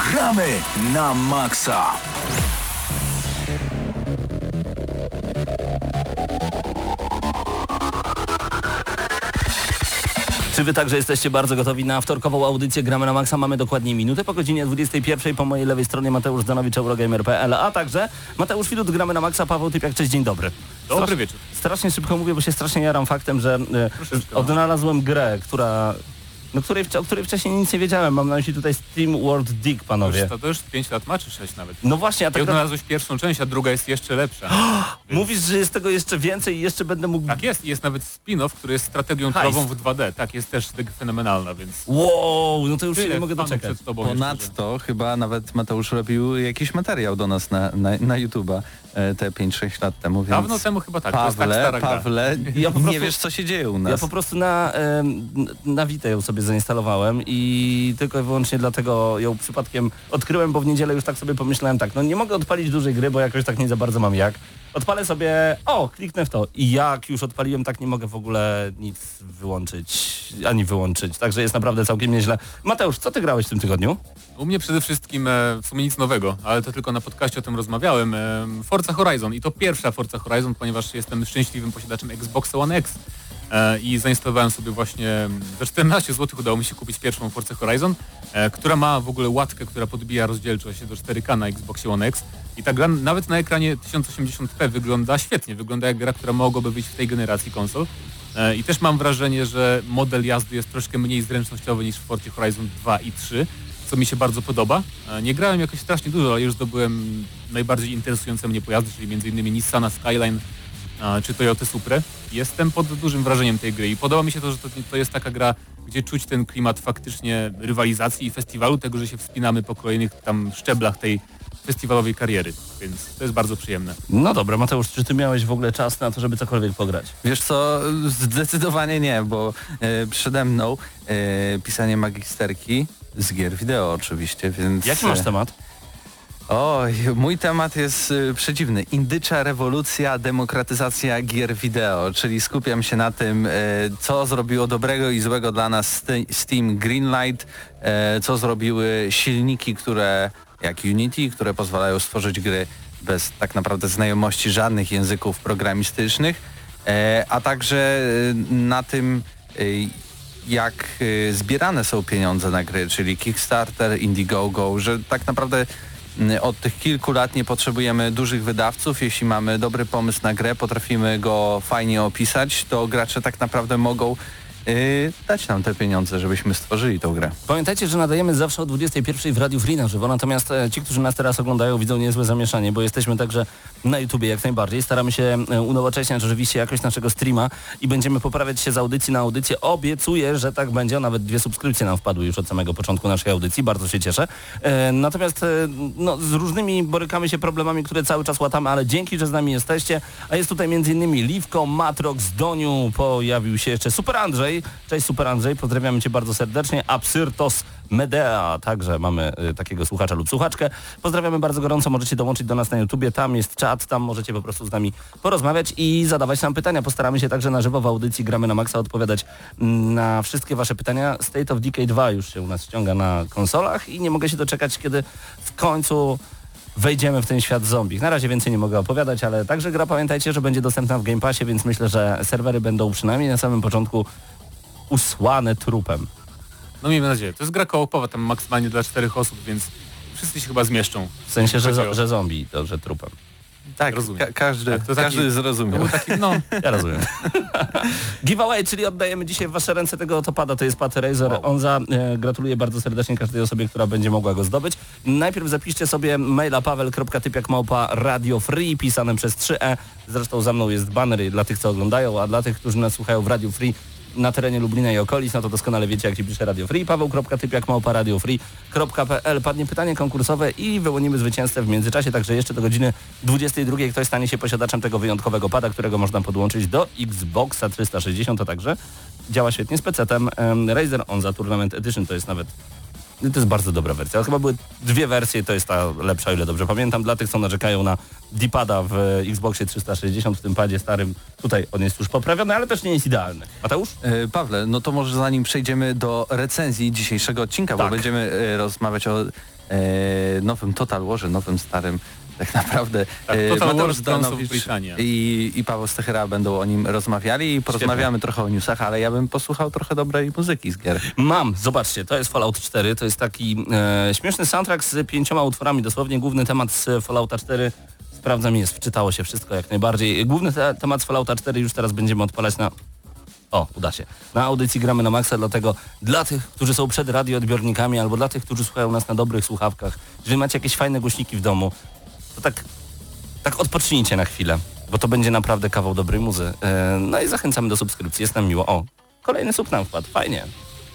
Gramy na maksa. Czy wy także jesteście bardzo gotowi na wtorkową audycję Gramy na Maxa? Mamy dokładnie minutę po godzinie 21. Po mojej lewej stronie Mateusz Zdanowicz, Eurogamer.pl, a także Mateusz Filut, Gramy na Maxa, Paweł Typiak. Cześć, dzień dobry. Dobry wieczór. Strasznie szybko mówię, bo się strasznie jaram faktem, że odnalazłem grę, o której wcześniej nic nie wiedziałem. Mam na myśli tutaj Steam World Dig, panowie. To już 5 lat ma, czy 6 nawet? No właśnie, a tak... odnalazłeś pierwszą część, a druga jest jeszcze lepsza. Mówisz, że jest tego jeszcze więcej i jeszcze będę mógł... Tak jest, jest nawet spin-off, który jest strategią turową w 2D. Tak, jest też fenomenalna, więc... Wow, no to już się nie mogę doczekać. Przed tobą Ponadto chyba nawet Mateusz robił jakiś materiał do nas na YouTube'a te 5-6 lat temu, więc... Dawno temu chyba tak, to jest tak stara gra. Pawle, Ja po prostu, nie wiesz co się dzieje u nas. Ja po prostu na Vita ją sobie zainstalowałem i tylko i wyłącznie dlatego ją przypadkiem odkryłem, bo w niedzielę już tak sobie pomyślałem tak, no nie mogę odpalić dużej gry, bo jakoś tak nie za bardzo mam jak. Odpalę sobie, kliknę w to i jak już odpaliłem, tak nie mogę w ogóle nic wyłączyć, ani wyłączyć, także jest naprawdę całkiem nieźle. Mateusz, co ty grałeś w tym tygodniu? U mnie przede wszystkim w sumie nic nowego, ale to tylko na podcaście o tym rozmawiałem. Forza Horizon i to pierwsza Forza Horizon, ponieważ jestem szczęśliwym posiadaczem Xboxa One X. I zainstalowałem sobie właśnie za 14 zł udało mi się kupić pierwszą Forza Horizon, która ma w ogóle łatkę, która podbija rozdzielczość do 4K na Xboxie One X i ta gra nawet na ekranie 1080p wygląda świetnie, wygląda jak gra, która mogłaby być w tej generacji konsol i też mam wrażenie, że model jazdy jest troszkę mniej zręcznościowy niż w Forzie Horizon 2 i 3, co mi się bardzo podoba. Nie grałem jakoś strasznie dużo, ale już zdobyłem najbardziej interesujące mnie pojazdy, czyli m.in. Nissana Skyline czy Toyota Supra. Jestem pod dużym wrażeniem tej gry i podoba mi się to, że to jest taka gra, gdzie czuć ten klimat faktycznie rywalizacji i festiwalu, tego, że się wspinamy po kolejnych tam szczeblach tej festiwalowej kariery, więc to jest bardzo przyjemne. No dobra, Mateusz, czy ty miałeś w ogóle czas na to, żeby cokolwiek pograć? Wiesz co, zdecydowanie nie, bo przede mną pisanie magisterki z gier wideo oczywiście, więc... Jaki masz temat? Oj, mój temat jest przeciwny. Indycza rewolucja, demokratyzacja gier wideo, czyli skupiam się na tym, co zrobiło dobrego i złego dla nas Steam Greenlight, co zrobiły silniki, jak Unity, które pozwalają stworzyć gry bez tak naprawdę znajomości żadnych języków programistycznych, a także na tym, jak zbierane są pieniądze na gry, czyli Kickstarter, Indiegogo, że tak naprawdę od tych kilku lat nie potrzebujemy dużych wydawców. Jeśli mamy dobry pomysł na grę, potrafimy go fajnie opisać, to gracze tak naprawdę mogą dać nam te pieniądze, żebyśmy stworzyli tą grę. Pamiętajcie, że nadajemy zawsze o 21 w Radiu Free na żywo, natomiast ci, którzy nas teraz oglądają, widzą niezłe zamieszanie, bo jesteśmy także na YouTubie jak najbardziej. Staramy się unowocześniać oczywiście jakość naszego streama i będziemy poprawiać się z audycji na audycję. Obiecuję, że tak będzie, a nawet 2 subskrypcje nam wpadły już od samego początku naszej audycji, bardzo się cieszę. Natomiast z różnymi borykamy się problemami, które cały czas łatamy, ale dzięki, że z nami jesteście, a jest tutaj m.in. Liwko, Matrox, Doniu, pojawił się jeszcze Super Andrzej. Cześć Super Andrzej, pozdrawiamy Cię bardzo serdecznie. Absyrtos Medea, także mamy takiego słuchacza lub słuchaczkę. Pozdrawiamy bardzo gorąco, możecie dołączyć do nas na YouTubie, tam jest czat, tam możecie po prostu z nami porozmawiać i zadawać nam pytania. Postaramy się także na żywo w audycji Gramy na Maxa odpowiadać na wszystkie Wasze pytania. State of Decay 2 już się u nas ściąga na konsolach i nie mogę się doczekać, kiedy w końcu wejdziemy w ten świat zombie. Na razie więcej nie mogę opowiadać, ale także gra, pamiętajcie, że będzie dostępna w Game Passie, więc myślę, że serwery będą przynajmniej na samym początku usłane trupem. No miejmy nadzieję. To jest gra kołopowa, tam maksymalnie dla 4 osób, więc wszyscy się chyba zmieszczą. W sensie, że zombie, to że trupem. Tak, rozumiem. Każdy zrozumiał. Ja rozumiem. Giveaway, czyli oddajemy dzisiaj w Wasze ręce tego otopada, to jest Pat Razer Onza. Gratuluję bardzo serdecznie każdej osobie, która będzie mogła go zdobyć. Najpierw zapiszcie sobie maila paweł.typiak@Radio Free pisanym przez 3e. Zresztą za mną jest baner dla tych, co oglądają, a dla tych, którzy nas słuchają w Radio Free na terenie Lublina i okolic, no to doskonale wiecie, jak się pisze Radio Free. paweł.typiak@radiofree.pl. Padnie pytanie konkursowe i wyłonimy zwycięzcę w międzyczasie, także jeszcze do godziny 22 ktoś stanie się posiadaczem tego wyjątkowego pada, którego można podłączyć do Xboxa 360, a także działa świetnie z PC-tem. Razer Onza Tournament Edition to jest nawet To jest bardzo dobra wersja. Chyba były 2 wersje, to jest ta lepsza, o ile dobrze pamiętam. Dla tych, co narzekają na D-pada w Xboxie 360, w tym padzie starym, tutaj on jest już poprawiony, ale też nie jest idealny. Mateusz? Pawle, no to może zanim przejdziemy do recenzji dzisiejszego odcinka, Tak. bo będziemy rozmawiać o nowym Total Warze, nowym, starym, tak naprawdę. Tak, Total War Mateusz Sons of Zdanowicz Britannia. i Paweł Stechera będą o nim rozmawiali i porozmawiamy trochę o newsach, ale ja bym posłuchał trochę dobrej muzyki z gier. Mam, zobaczcie, to jest Fallout 4, to jest taki śmieszny soundtrack z 5 utworami, dosłownie główny temat z Fallouta 4, sprawdzam, jest, wczytało się wszystko jak najbardziej. Główny temat z Fallouta 4 już teraz będziemy odpalać na... O, uda się. Na audycji Gramy na Maxa, dlatego dla tych, którzy są przed radioodbiornikami albo dla tych, którzy słuchają nas na dobrych słuchawkach, jeżeli macie jakieś fajne głośniki w domu, to tak odpocznijcie na chwilę, bo to będzie naprawdę kawał dobrej muzy. No i zachęcamy do subskrypcji, jest nam miło. O, kolejny sub nam wpadł, fajnie.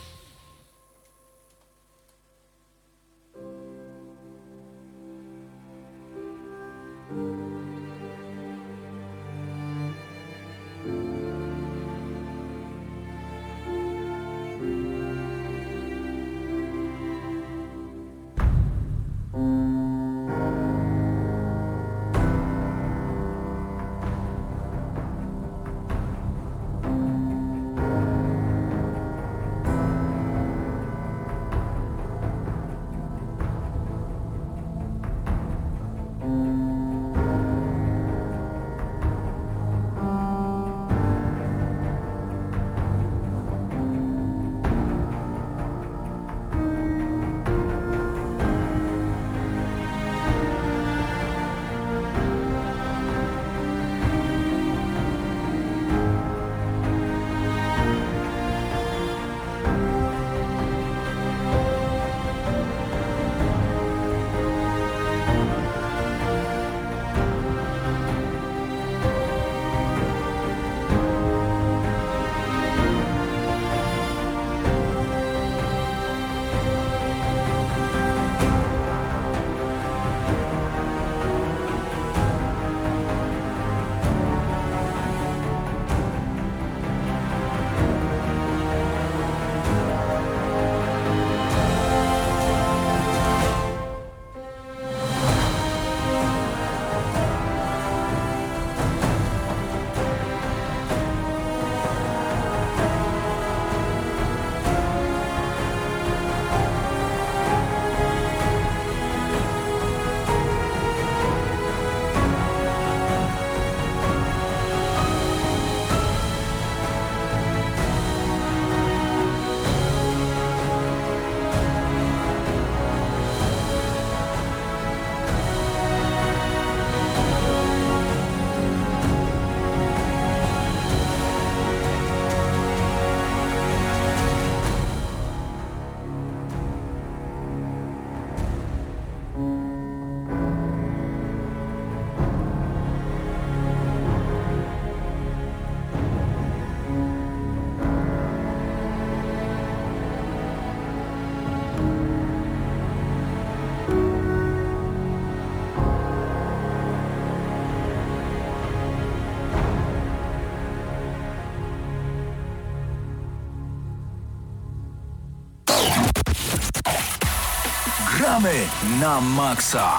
Gramy na Maxa.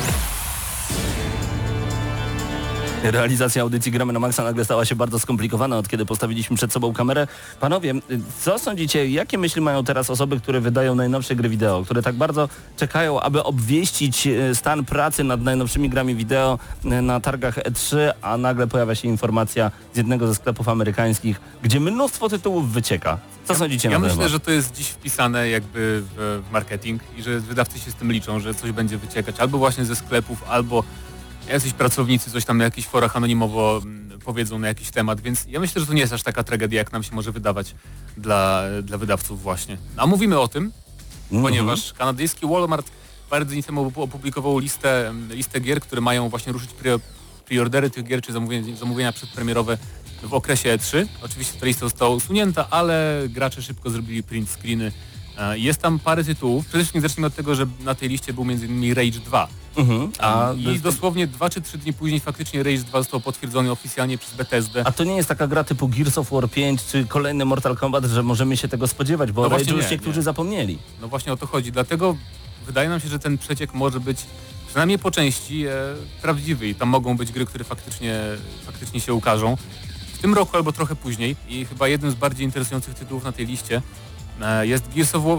Realizacja audycji Gramy na Maxa nagle stała się bardzo skomplikowana, od kiedy postawiliśmy przed sobą kamerę. Panowie, co sądzicie, jakie myśli mają teraz osoby, które wydają najnowsze gry wideo, które tak bardzo czekają, aby obwieścić stan pracy nad najnowszymi grami wideo na targach E3, a nagle pojawia się informacja z jednego ze sklepów amerykańskich, gdzie mnóstwo tytułów wycieka. Co sądzicie na Ja ten myślę, temat? że to jest dziś wpisane jakby w marketing i że wydawcy się z tym liczą, że coś będzie wyciekać albo właśnie ze sklepów, albo jacyś pracownicy coś tam na jakichś forach anonimowo powiedzą na jakiś temat, więc ja myślę, że to nie jest aż taka tragedia, jak nam się może wydawać dla wydawców właśnie. A mówimy o tym, ponieważ kanadyjski Walmart parę dni temu opublikował listę gier, które mają właśnie ruszyć preordery tych gier, czy zamówienia przedpremierowe w okresie E3. Oczywiście ta lista została usunięta, ale gracze szybko zrobili print screeny Jest tam parę tytułów. Przede wszystkim zacznijmy od tego, że na tej liście był m.in. Rage 2. I dosłownie 2 czy 3 dni później faktycznie Rage 2 został potwierdzony oficjalnie przez Bethesdę. A to nie jest taka gra typu Gears of War 5 czy kolejny Mortal Kombat, że możemy się tego spodziewać, bo No Rage'u już nie, niektórzy nie. zapomnieli. No właśnie o to chodzi. Dlatego wydaje nam się, że ten przeciek może być przynajmniej po części prawdziwy i tam mogą być gry, które faktycznie się ukażą. W tym roku albo trochę później i chyba jednym z bardziej interesujących tytułów na tej liście jest Gears of War...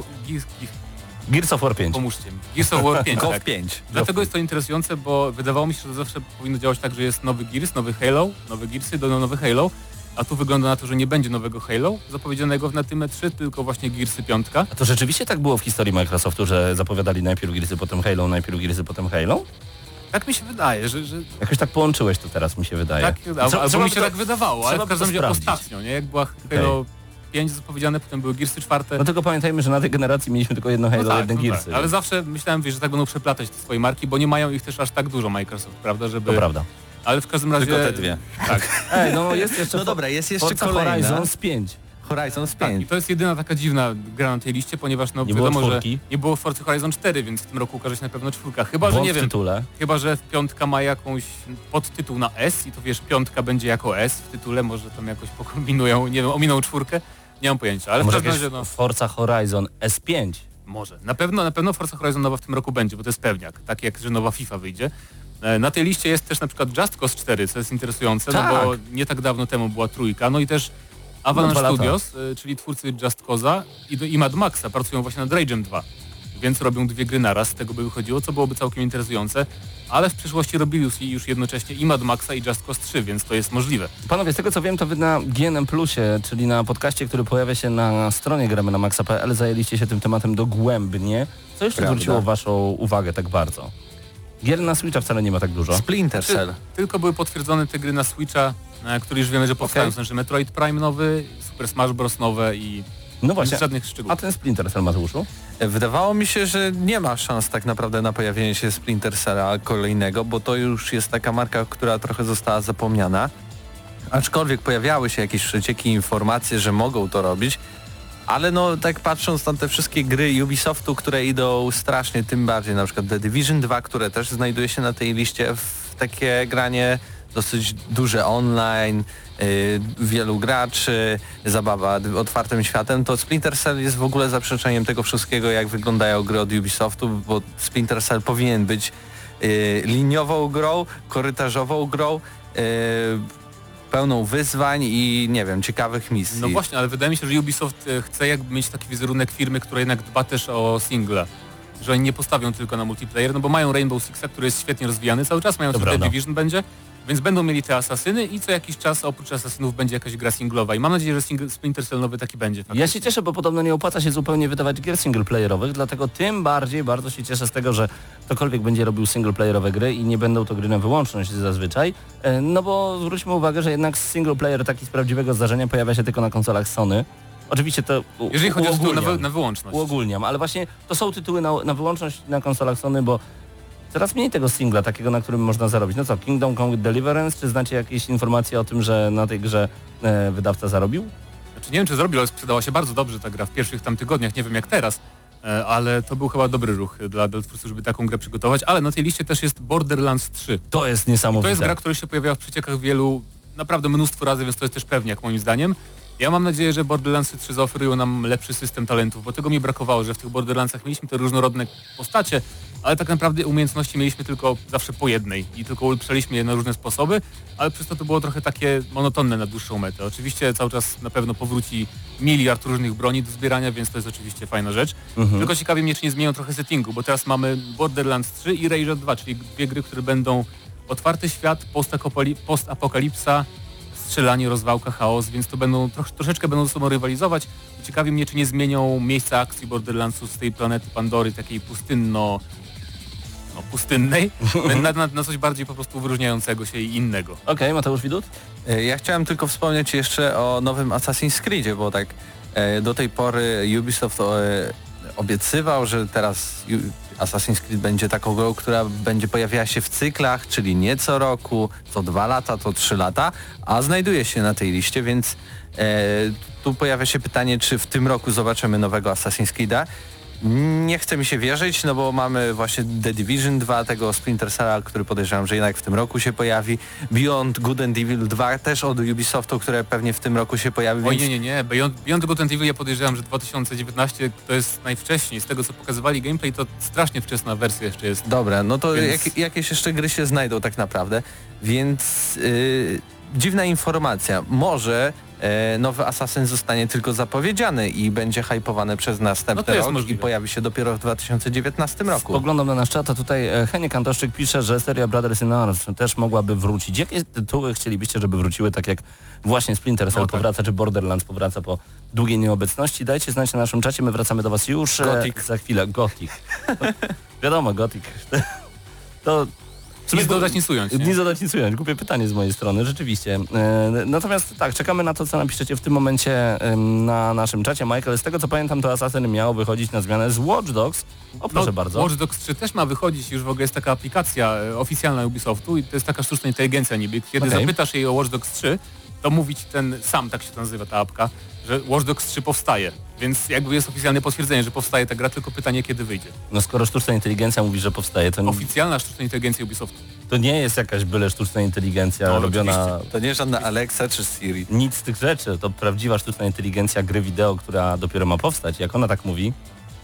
Gears of War 5. Pomóżcie mi. Gears of War 5, Golf tak. 5. Dlatego jest to interesujące, bo wydawało mi się, że zawsze powinno działać tak, że jest nowy Gears, nowy Halo, nowe Gearsy, nowy Halo, a tu wygląda na to, że nie będzie nowego Halo zapowiedzianego na tym E3, tylko właśnie Gearsy 5. A to rzeczywiście tak było w historii Microsoftu, że zapowiadali najpierw Gearsy, potem Halo, najpierw Gearsy, potem Halo? Tak mi się wydaje, że Jakoś tak połączyłeś to teraz, mi się wydaje. tak, albo mi się tak wydawało, ale trzeba w by to każdym razie sprawdzić. ostatnio, nie? Jak była Halo 5 zapowiedziane, potem były Gearsy 4. No tylko pamiętajmy, że na tej generacji mieliśmy tylko jedno Halo, jedne Gearsy. ale zawsze myślałem, wiesz, że tak będą przeplatać te swoje marki, bo nie mają ich też aż tak dużo Microsoft, prawda, żeby... To prawda. Ale w każdym razie... Tylko te dwie. Tak. Ej, no jest jeszcze... No dobra, jest jeszcze Forza kolejna. Horizon 5. Horizon Tak, i 5. to jest jedyna taka dziwna gra na tej liście, ponieważ no Nie było wiadomo, że czwórki. nie było Forza Horizon 4, więc w tym roku ukaże się na pewno 4. Chyba, że Błąd nie w wiem, tytule. chyba, że piątka ma jakąś podtytuł na S i to wiesz, piątka będzie jako S w tytule, może tam jakoś pokombinują, nie wiem, ominą 4, nie mam pojęcia, ale w Może każdym jakieś razie no, Forza Horizon S5. może. Na pewno Forza Horizon nowa w tym roku będzie, bo to jest pewniak, tak jak, że nowa FIFA wyjdzie. Na tej liście jest też na przykład Just Cause 4, co jest interesujące, Tak. no bo nie tak dawno temu była 3, no i też Avalanche 2 lata. Studios, czyli twórcy Just Cause'a i Mad Maxa pracują właśnie nad Rage'em 2, więc robią 2 gry naraz, z tego by wychodziło, co byłoby całkiem interesujące, ale w przyszłości robili już jednocześnie i Mad Maxa i Just Cause 3, więc to jest możliwe. Panowie, z tego co wiem, to wy na GNM Plusie, czyli na podcaście, który pojawia się na stronie gramy na maxa.pl, zajęliście się tym tematem dogłębnie. Co jeszcze Prawda. zwróciło waszą uwagę tak bardzo? Gier na Switcha wcale nie ma tak dużo. Splinter Cell. Tylko były potwierdzone te gry na Switcha, które już wiemy, że powstają, Okej. znaczy Metroid Prime nowy, Super Smash Bros. Nowe i No właśnie, żadnych a szczegółów. ten Splinter Cell, Mateuszu? Wydawało mi się, że nie ma szans tak naprawdę na pojawienie się Splinter Cella kolejnego, bo to już jest taka marka, która trochę została zapomniana. Aczkolwiek pojawiały się jakieś przecieki, informacje, że mogą to robić, ale no tak patrząc na te wszystkie gry Ubisoftu, które idą strasznie, tym bardziej na przykład The Division 2, które też znajduje się na tej liście, w takie granie dosyć duże online, wielu graczy, zabawa otwartym światem, to Splinter Cell jest w ogóle zaprzeczeniem tego wszystkiego, jak wyglądają gry od Ubisoftu, bo Splinter Cell powinien być liniową grą, korytarzową grą, pełną wyzwań i nie wiem, ciekawych misji. No właśnie, ale wydaje mi się, że Ubisoft chce jakby mieć taki wizerunek firmy, która jednak dba też o single. Że oni nie postawią tylko na multiplayer, no bo mają Rainbow Sixa, który jest świetnie rozwijany cały czas, mają To The prawda. Division będzie, więc będą mieli te asasyny i co jakiś czas oprócz asasynów będzie jakaś gra singlowa i mam nadzieję, że Splinter Cell nowy taki będzie. Ja się cieszę, bo podobno nie opłaca się zupełnie wydawać gier singleplayerowych, dlatego tym bardziej bardzo się cieszę z tego, że ktokolwiek będzie robił singleplayerowe gry i nie będą to gry na wyłączność zazwyczaj, no bo zwróćmy uwagę, że jednak singleplayer taki z prawdziwego zdarzenia pojawia się tylko na konsolach Sony. Oczywiście to Jeżeli chodzi o tytuł uogólniam. na wyłączność. Uogólniam, ale właśnie to są tytuły na wyłączność na konsolach Sony, bo coraz mniej tego singla, takiego, na którym można zarobić. No co, Kingdom Come Deliverance, czy znacie jakieś informacje o tym, że na tej grze wydawca zarobił? Znaczy, nie wiem, czy zrobił, ale sprzedała się bardzo dobrze ta gra w pierwszych tam tygodniach, nie wiem jak teraz, ale to był chyba dobry ruch dla twórców, żeby taką grę przygotować, ale na tej liście też jest Borderlands 3. To jest niesamowite. To jest gra, która się pojawiała w przeciekach wielu, naprawdę mnóstwo razy, więc to jest też pewniak moim zdaniem. Ja mam nadzieję, że Borderlandsy 3 zaoferują nam lepszy system talentów, bo tego mi brakowało, że w tych Borderlandsach mieliśmy te różnorodne postacie, ale tak naprawdę umiejętności mieliśmy tylko zawsze po jednej i tylko ulepszaliśmy je na różne sposoby, ale przez to było trochę takie monotonne na dłuższą metę. Oczywiście cały czas na pewno powróci miliard różnych broni do zbierania, więc to jest oczywiście fajna rzecz. Tylko ciekawi mnie, czy nie zmienią trochę settingu, bo teraz mamy Borderlands 3 i Rage 2, czyli 2 gry, które będą otwarty świat, postapokalipsa, strzelanie, rozwałka, chaos, więc to będą troszeczkę będą ze sobą rywalizować. Ciekawi mnie, czy nie zmienią miejsca akcji Borderlandsów z tej planety Pandory, takiej pustynnej, na coś bardziej po prostu wyróżniającego się i innego. Okej, Mateusz Widut? Ja chciałem tylko wspomnieć jeszcze o nowym Assassin's Creedzie, bo tak do tej pory Ubisoft obiecywał, że teraz Assassin's Creed będzie taką grą, która będzie pojawiała się w cyklach, czyli nie co roku, co 2 lata, to 3 lata, a znajduje się na tej liście, więc tu pojawia się pytanie, czy w tym roku zobaczymy nowego Assassin's Creed'a. Nie chce mi się wierzyć, no bo mamy właśnie The Division 2, tego Splinter Cella, który podejrzewam, że jednak w tym roku się pojawi. Beyond Good and Evil 2 też od Ubisoftu, które pewnie w tym roku się pojawi. Oj, więc... nie. Beyond Good and Evil ja podejrzewam, że 2019 to jest najwcześniej. Z tego co pokazywali gameplay, to strasznie wczesna wersja jeszcze jest. Dobra, no to Więc- jakieś jeszcze gry się znajdą tak naprawdę, więc dziwna informacja. Może nowy Assassin zostanie tylko zapowiedziany i będzie hypowany przez No następny to jest rok możliwe. i pojawi się dopiero w 2019 roku. Spoglądam na nasz czat, a tutaj Heniek Antoszczyk pisze, że seria Brothers in Arms też mogłaby wrócić. Jakie tytuły chcielibyście, żeby wróciły, tak jak właśnie Splinter Cell No tak. powraca, czy Borderlands powraca po długiej nieobecności? Dajcie znać na naszym czacie, my wracamy do Was już Gothic. za chwilę. Gothic. Wiadomo, Gothic. To... Nic dodać, nic ująć. nie? Nic dodać, nic ująć. Głupie pytanie z mojej strony, rzeczywiście. Natomiast tak, czekamy na to, co napiszecie w tym momencie na naszym czacie. Michael, z tego co pamiętam, to Assassin miał wychodzić na zmianę z Watch Dogs. O, proszę bardzo. Watch Dogs 3 też ma wychodzić, już w ogóle jest taka aplikacja oficjalna Ubisoftu i to jest taka sztuczna inteligencja niby. Kiedy Okej. zapytasz jej o Watch Dogs 3, to mówić ten sam, tak się to nazywa ta apka, że Watch Dogs 3 powstaje. Więc jakby jest oficjalne potwierdzenie, że powstaje ta gra, tylko pytanie kiedy wyjdzie. No skoro sztuczna inteligencja mówi, że powstaje, Oficjalna sztuczna inteligencja Ubisoftu. to nie jest jakaś byle sztuczna inteligencja No, robiona... To nie żadna Alexa czy Siri. Nic z tych rzeczy. To prawdziwa sztuczna inteligencja gry wideo, która dopiero ma powstać. Jak ona tak mówi...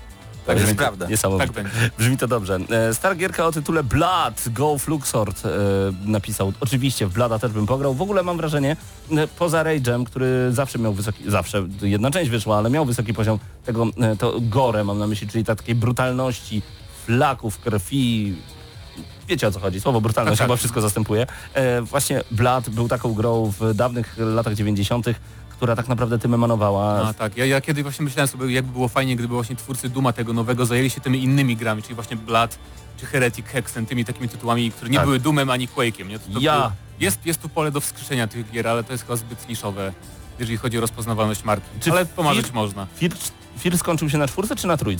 To jest brzmi prawda. Niesamowite. Tak będzie. Brzmi to dobrze. Stara gierka o tytule Blood, Go Fluxort napisał. Oczywiście w Blooda też bym pograł. W ogóle mam wrażenie, poza Rage'em, który zawsze miał wysoki, zawsze jedna część wyszła, ale miał wysoki poziom tego, to gore mam na myśli, czyli takiej brutalności, flaków, krwi. Wiecie o co chodzi, słowo brutalność Tak. chyba wszystko zastępuje. Właśnie Blood był taką grą w dawnych latach 90., która tak naprawdę tym emanowała. A tak, ja kiedy właśnie myślałem sobie, jakby było fajnie, gdyby właśnie twórcy Duma tego nowego zajęli się tymi innymi grami, czyli właśnie Blood, czy Heretic, Hexen, tymi takimi tytułami, które nie Tak. były Doomem ani Quake'iem. Nie? To Ja- było- jest tu pole do wskrzeszenia tych gier, ale to jest chyba zbyt niszowe, jeżeli chodzi o rozpoznawalność marki. Czy Ale pomarzyć Fir- można. Fir skończył się na 4 czy na 3?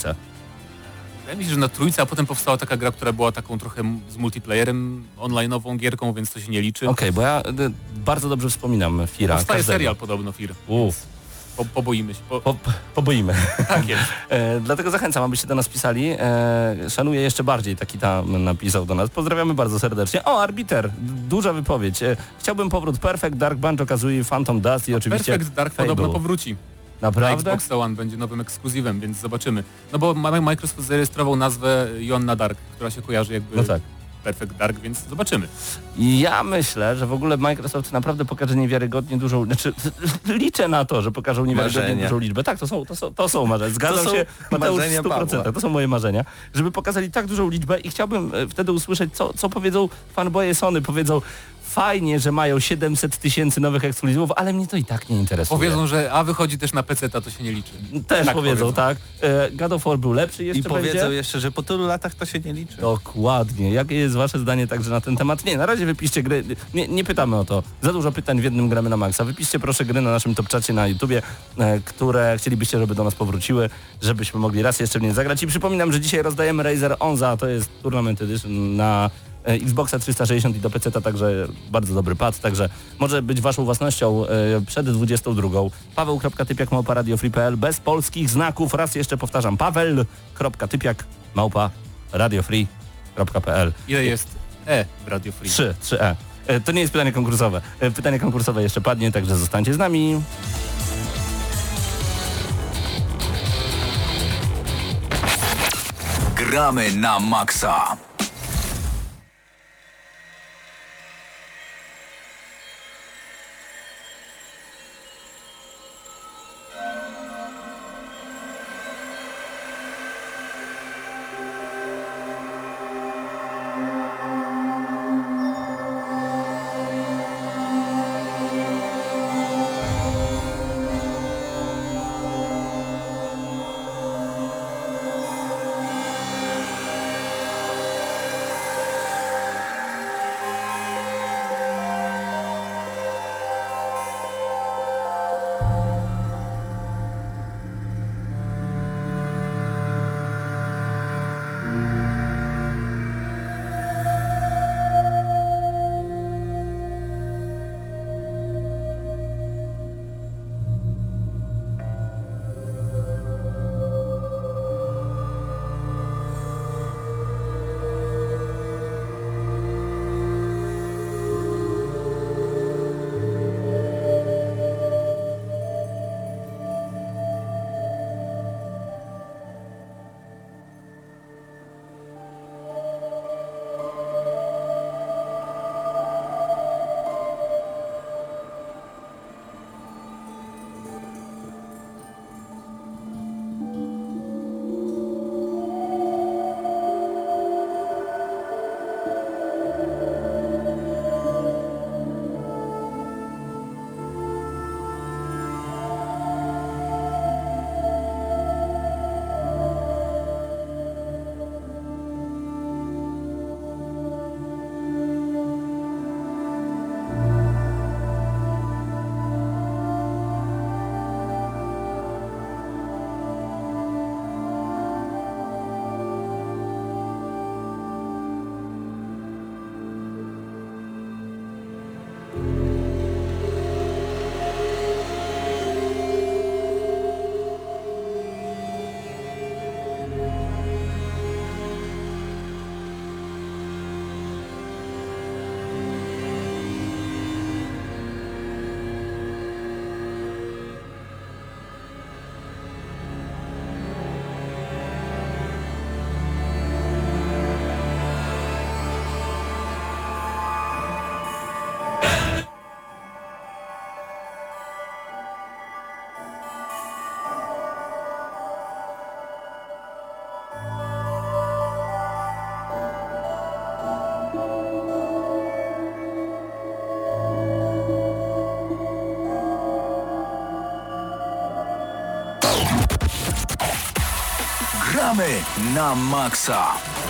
Wydaje mi się, że na trójce, a potem powstała taka gra, która była taką trochę z multiplayerem, online'ową gierką, więc to się nie liczy. Okej, bo ja bardzo dobrze wspominam Fira. Powstaje każdego. serial podobno, Fir. Uff. Poboimy się. Poboimy. Tak jest. Dlatego zachęcam, abyście do nas pisali. Szanuję jeszcze bardziej, taki tam napisał do nas. Pozdrawiamy bardzo serdecznie. O, Arbiter, duża wypowiedź. Chciałbym powrót Perfect, Dark Banjo-Kazooie, Phantom Dust i oczywiście Perfect Dark Fable. podobno powróci. Na Naprawdę? Xbox One będzie nowym ekskluzywem, więc zobaczymy. No bo Microsoft zarejestrował nazwę Jonna Dark, która się kojarzy jakby No tak. Perfect Dark, więc zobaczymy. Ja myślę, że w ogóle Microsoft naprawdę pokaże niewiarygodnie dużą, znaczy liczę na to, że pokażą niewiarygodnie Marzenia. dużą liczbę. Tak, to są marzenia. Zgadzam To są się, Mateusz, w marzenia 100%. Pawła. To są moje marzenia. Żeby pokazali tak dużą liczbę i chciałbym wtedy usłyszeć, co powiedzą fanboye Sony. Powiedzą, fajnie, że mają 700 000 nowych ekskluzywów, ale mnie to i tak nie interesuje. Powiedzą, że wychodzi też na PC, to się nie liczy. Też Tak powiedzą, tak. God of War był lepszy jeszcze I powiedzą będzie. jeszcze, że po tylu latach to się nie liczy. Dokładnie. Jakie jest wasze zdanie także na ten temat? Nie, na razie wypiszcie gry. Nie pytamy o to. Za dużo pytań w jednym gramy na maksa. Wypiszcie proszę gry na naszym top-czacie na YouTubie, które chcielibyście, żeby do nas powróciły, żebyśmy mogli raz jeszcze w nie zagrać. I przypominam, że dzisiaj rozdajemy Razer Onza, to jest Tournament Edition na Xboxa 360 i do PC-ta, także bardzo dobry pad, także może być waszą własnością przed 22. Paweł.typiak@radiofree.pl bez polskich znaków, raz jeszcze powtarzam, paweł.typiak@radiofree.pl. Ile jest w Radio Free? 3E. To nie jest pytanie konkursowe. Pytanie konkursowe jeszcze padnie, także zostańcie z nami. Gramy na maksa. Gramy na maksa.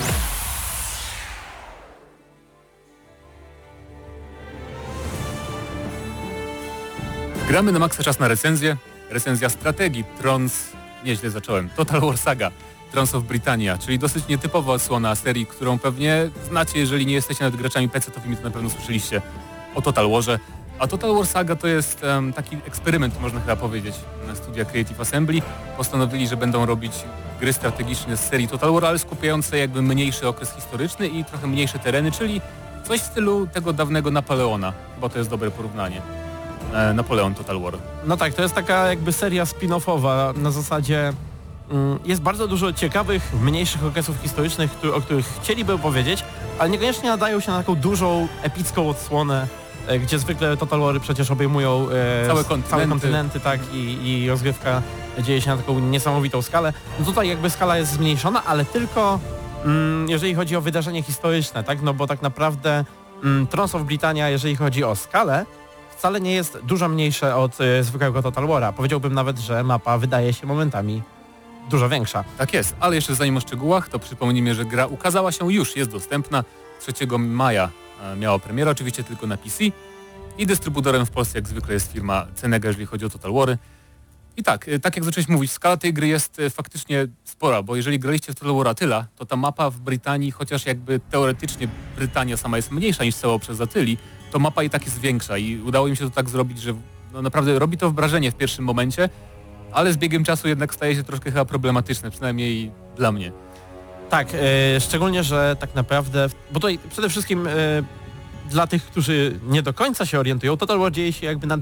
Gramy na maksa, czas na recenzję. Recenzja strategii nieźle zacząłem. Total War Saga, Thrones of Britannia, czyli dosyć nietypowa odsłona serii, którą pewnie znacie, jeżeli nie jesteście nawet graczami PC-towymi, to na pewno słyszeliście o Total Warze. A Total War Saga to jest taki eksperyment, można chyba powiedzieć, na studia Creative Assembly. Postanowili, że będą robić gry strategiczne z serii Total War, ale skupiające jakby mniejszy okres historyczny i trochę mniejsze tereny, czyli coś w stylu tego dawnego Napoleona. Chyba to jest dobre porównanie. Napoleon Total War. No tak, to jest taka jakby seria spin-offowa na zasadzie jest bardzo dużo ciekawych, mniejszych okresów historycznych, o których chcieliby powiedzieć, ale niekoniecznie nadają się na taką dużą, epicką odsłonę, gdzie zwykle Total Wary przecież obejmują całe kontynenty, tak, i rozgrywka dzieje się na taką niesamowitą skalę. No tutaj jakby skala jest zmniejszona, ale tylko jeżeli chodzi o wydarzenie historyczne, tak, no bo tak naprawdę Thrones of Britannia, jeżeli chodzi o skalę, wcale nie jest dużo mniejsze od zwykłego Total War'a. Powiedziałbym nawet, że mapa wydaje się momentami dużo większa. Tak jest, ale jeszcze zanim o szczegółach, to przypomnijmy, że gra ukazała się już, jest dostępna. 3 maja miała premierę, oczywiście tylko na PC i dystrybutorem w Polsce jak zwykle jest firma Cenega, jeżeli chodzi o Total War'y. I tak jak zacząłeś mówić, skala tej gry jest faktycznie spora, bo jeżeli graliście w Total War Attila, to ta mapa w Brytanii, chociaż jakby teoretycznie Brytania sama jest mniejsza niż cała przez Attili, to mapa i tak jest większa i udało im się to tak zrobić, że no naprawdę robi to wrażenie w pierwszym momencie, ale z biegiem czasu jednak staje się troszkę chyba problematyczne, przynajmniej dla mnie. Tak, szczególnie, że tak naprawdę, bo tutaj przede wszystkim dla tych, którzy nie do końca się orientują, Total War dzieje się jakby na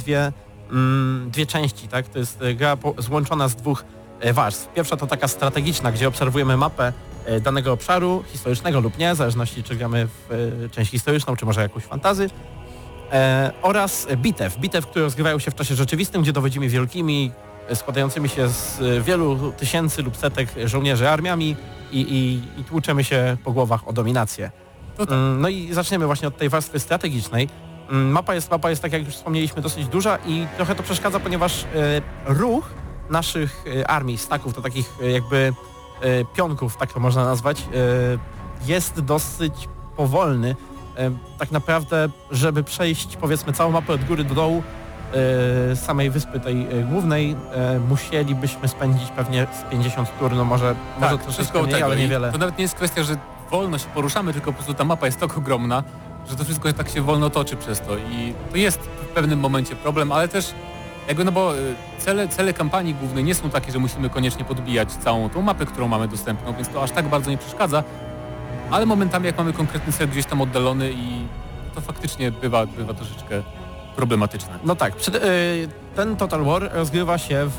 dwie części, tak? To jest gra złączona z 2 warstw. Pierwsza to taka strategiczna, gdzie obserwujemy mapę danego obszaru, historycznego lub nie, w zależności czy gramy w część historyczną, czy może jakąś fantazy. Oraz bitew, które rozgrywają się w czasie rzeczywistym, gdzie dowodzimy wielkimi, składającymi się z wielu tysięcy lub setek żołnierzy armiami i tłuczemy się po głowach o dominację. No i zaczniemy właśnie od tej warstwy strategicznej. Mapa jest, tak jak już wspomnieliśmy, dosyć duża i trochę to przeszkadza, ponieważ ruch naszych armii, staków, to takich jakby pionków, tak to można nazwać, jest dosyć powolny. Tak naprawdę, żeby przejść powiedzmy całą mapę od góry do dołu samej wyspy tej głównej, musielibyśmy spędzić pewnie z 50 tur, no może troszeczkę mniej, ale niewiele. To nawet nie jest kwestia, że wolno się poruszamy, tylko po prostu ta mapa jest tak ogromna, że to wszystko tak się wolno toczy przez to i to jest w pewnym momencie problem, ale też jakby no bo cele kampanii głównej nie są takie, że musimy koniecznie podbijać całą tą mapę, którą mamy dostępną, więc to aż tak bardzo nie przeszkadza, ale momentami jak mamy konkretny cel gdzieś tam oddalony i to faktycznie bywa troszeczkę problematyczne. No tak, ten Total War rozgrywa się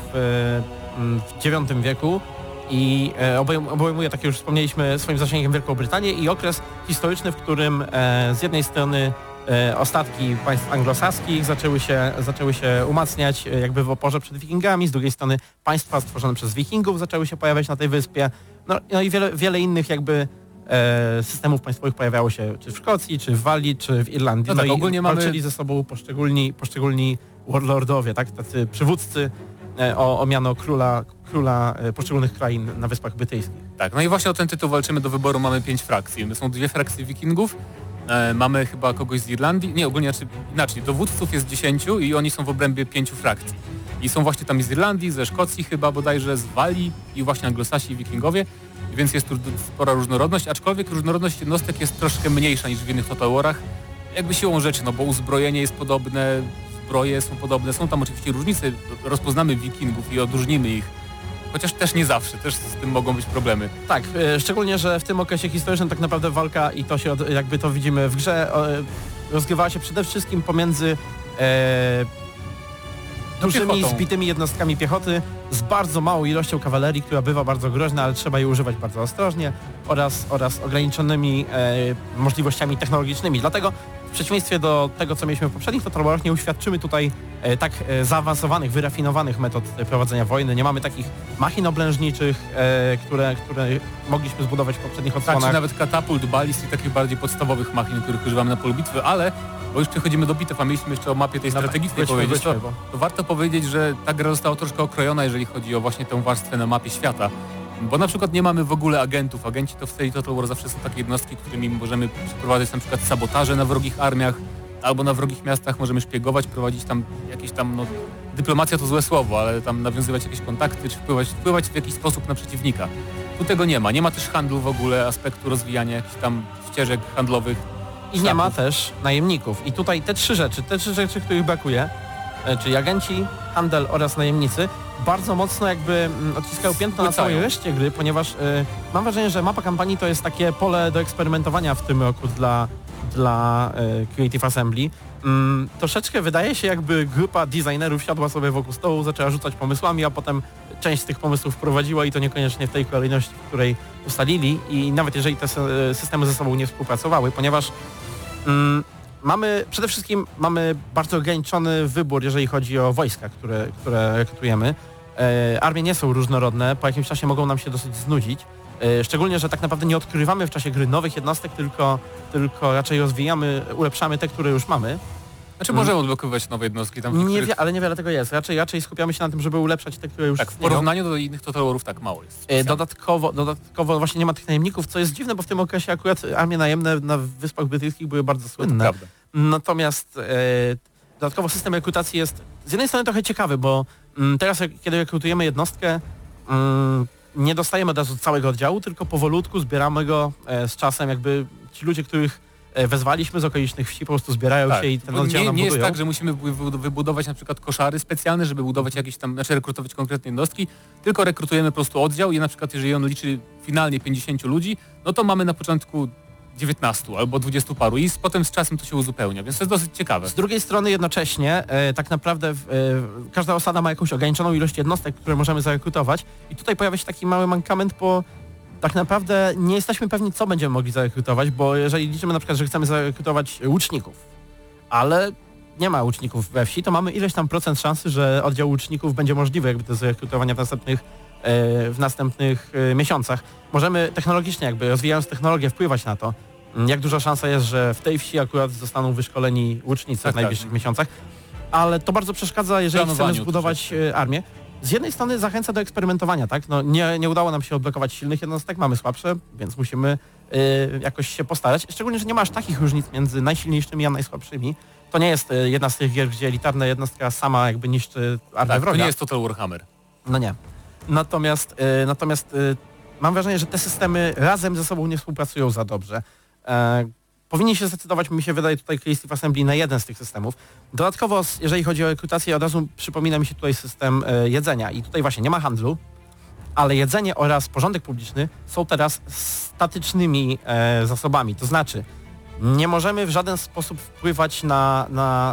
w IX wieku i obejmuje, tak jak już wspomnieliśmy, swoim zasięgiem Wielką Brytanię i okres historyczny, w którym z jednej strony ostatki państw anglosaskich zaczęły się umacniać jakby w oporze przed Wikingami, z drugiej strony państwa stworzone przez Wikingów zaczęły się pojawiać na tej wyspie, no i wiele innych jakby systemów państwowych pojawiało się czy w Szkocji, czy w Walii, czy w Irlandii. No tak, i ogólnie walczyli ze sobą poszczególni warlordowie, tak? Tacy przywódcy o miano króla poszczególnych krain na Wyspach Brytyjskich. Tak, no i właśnie o ten tytuł walczymy. Do wyboru mamy 5 frakcji. Są 2 frakcje Wikingów, mamy chyba kogoś z Irlandii, nie, ogólnie inaczej, dowódców jest 10 i oni są w obrębie 5 frakcji. I są właśnie tam z Irlandii, ze Szkocji chyba bodajże, z Walii i właśnie Anglosasi i Wikingowie, więc jest tu spora różnorodność, aczkolwiek różnorodność jednostek jest troszkę mniejsza niż w innych Total War'ach, jakby siłą rzeczy, no bo uzbrojenie jest podobne, zbroje są podobne, są tam oczywiście różnice, rozpoznamy Wikingów i odróżnimy ich, chociaż też nie zawsze, też z tym mogą być problemy. Tak, szczególnie, że w tym okresie historycznym tak naprawdę walka, i to się jakby to widzimy w grze, rozgrywała się przede wszystkim pomiędzy dużymi, zbitymi jednostkami piechoty z bardzo małą ilością kawalerii, która bywa bardzo groźna, ale trzeba jej używać bardzo ostrożnie, oraz ograniczonymi możliwościami technologicznymi. Dlatego w przeciwieństwie do tego, co mieliśmy w poprzednich Total War'ach, nie uświadczymy tutaj tak zaawansowanych, wyrafinowanych metod prowadzenia wojny. Nie mamy takich machin oblężniczych, które mogliśmy zbudować w poprzednich odsłonach. Tak, czy nawet katapult, balist i takich bardziej podstawowych machin, których używamy na polu bitwy, ale bo już przechodzimy do bitew, a mieliśmy jeszcze o mapie tej strategicznej powiedzieć, to warto powiedzieć, że ta gra została troszkę okrojona, jeżeli chodzi o właśnie tę warstwę na mapie świata. Bo na przykład nie mamy w ogóle agentów. Agenci to w serii Total War zawsze są takie jednostki, którymi możemy przeprowadzać na przykład sabotaże na wrogich armiach albo na wrogich miastach, możemy szpiegować, prowadzić tam jakieś tam, no dyplomacja to złe słowo, ale tam nawiązywać jakieś kontakty, czy wpływać w jakiś sposób na przeciwnika. Tu tego nie ma. Nie ma też handlu w ogóle, aspektu rozwijania jakichś tam ścieżek handlowych. I nie ma też najemników. I tutaj te trzy rzeczy, których brakuje, czyli agenci, handel oraz najemnicy, bardzo mocno jakby odciskają piętno na całej reszcie gry, ponieważ mam wrażenie, że mapa kampanii to jest takie pole do eksperymentowania w tym roku dla Creative Assembly. Troszeczkę wydaje się, jakby grupa designerów siadła sobie wokół stołu, zaczęła rzucać pomysłami, a potem część z tych pomysłów wprowadziła i to niekoniecznie w tej kolejności, w której ustalili, i nawet jeżeli te systemy ze sobą nie współpracowały, ponieważ przede wszystkim mamy bardzo ograniczony wybór, jeżeli chodzi o wojska, które rekrutujemy. Armie nie są różnorodne, po jakimś czasie mogą nam się dosyć znudzić. Szczególnie, że tak naprawdę nie odkrywamy w czasie gry nowych jednostek, tylko raczej rozwijamy, ulepszamy te, które już mamy. Znaczy możemy odblokowywać nowe jednostki tam Ale niewiele tego jest. Raczej skupiamy się na tym, żeby ulepszać te, które już tak, w porównaniu do innych Total Warów tak mało jest. Dodatkowo właśnie nie ma tych najemników, co jest dziwne, bo w tym okresie akurat armie najemne na Wyspach Brytyjskich były bardzo słynne. Prawda. Natomiast dodatkowo system rekrutacji jest z jednej strony trochę ciekawy, bo teraz kiedy rekrutujemy jednostkę, nie dostajemy od razu całego oddziału, tylko powolutku zbieramy go z czasem, jakby ci ludzie, których wezwaliśmy z okolicznych wsi, po prostu zbierają się i ten oddział nam nie budują. jest tak, że musimy wybudować na przykład koszary specjalne, żeby budować jakieś tam, rekrutować konkretne jednostki, tylko rekrutujemy po prostu oddział i na przykład jeżeli on liczy finalnie 50 ludzi, no to mamy na początku 19 albo 20 paru i potem z czasem to się uzupełnia, więc to jest dosyć ciekawe. Z drugiej strony jednocześnie tak naprawdę każda osada ma jakąś ograniczoną ilość jednostek, które możemy zarekrutować, i tutaj pojawia się taki mały mankament, bo tak naprawdę nie jesteśmy pewni, co będziemy mogli zarekrutować, bo jeżeli liczymy na przykład, że chcemy zarekrutować łuczników, ale nie ma łuczników we wsi, to mamy ileś tam procent szansy, że oddział łuczników będzie możliwy jakby do zarekrutowania w następnych miesiącach. Możemy technologicznie, jakby rozwijając technologię, wpływać na to, jak duża szansa jest, że w tej wsi akurat zostaną wyszkoleni łucznicy w najbliższych miesiącach, ale to bardzo przeszkadza, jeżeli chcemy zbudować armię. Z jednej strony zachęca do eksperymentowania, tak? No, nie udało nam się odblokować silnych jednostek, mamy słabsze, więc musimy jakoś się postarać. Szczególnie, że nie ma aż takich różnic między najsilniejszymi a najsłabszymi. To nie jest jedna z tych gier, gdzie elitarna jednostka sama jakby niszczy armię wroga. To nie jest Total Warhammer. No nie. Natomiast mam wrażenie, że te systemy razem ze sobą nie współpracują za dobrze. Powinni się zdecydować, mi się wydaje, tutaj Creative Assembly na jeden z tych systemów. Dodatkowo, jeżeli chodzi o rekrutację, od razu przypomina mi się tutaj system jedzenia. I tutaj właśnie nie ma handlu, ale jedzenie oraz porządek publiczny są teraz statycznymi zasobami. To znaczy, nie możemy w żaden sposób wpływać na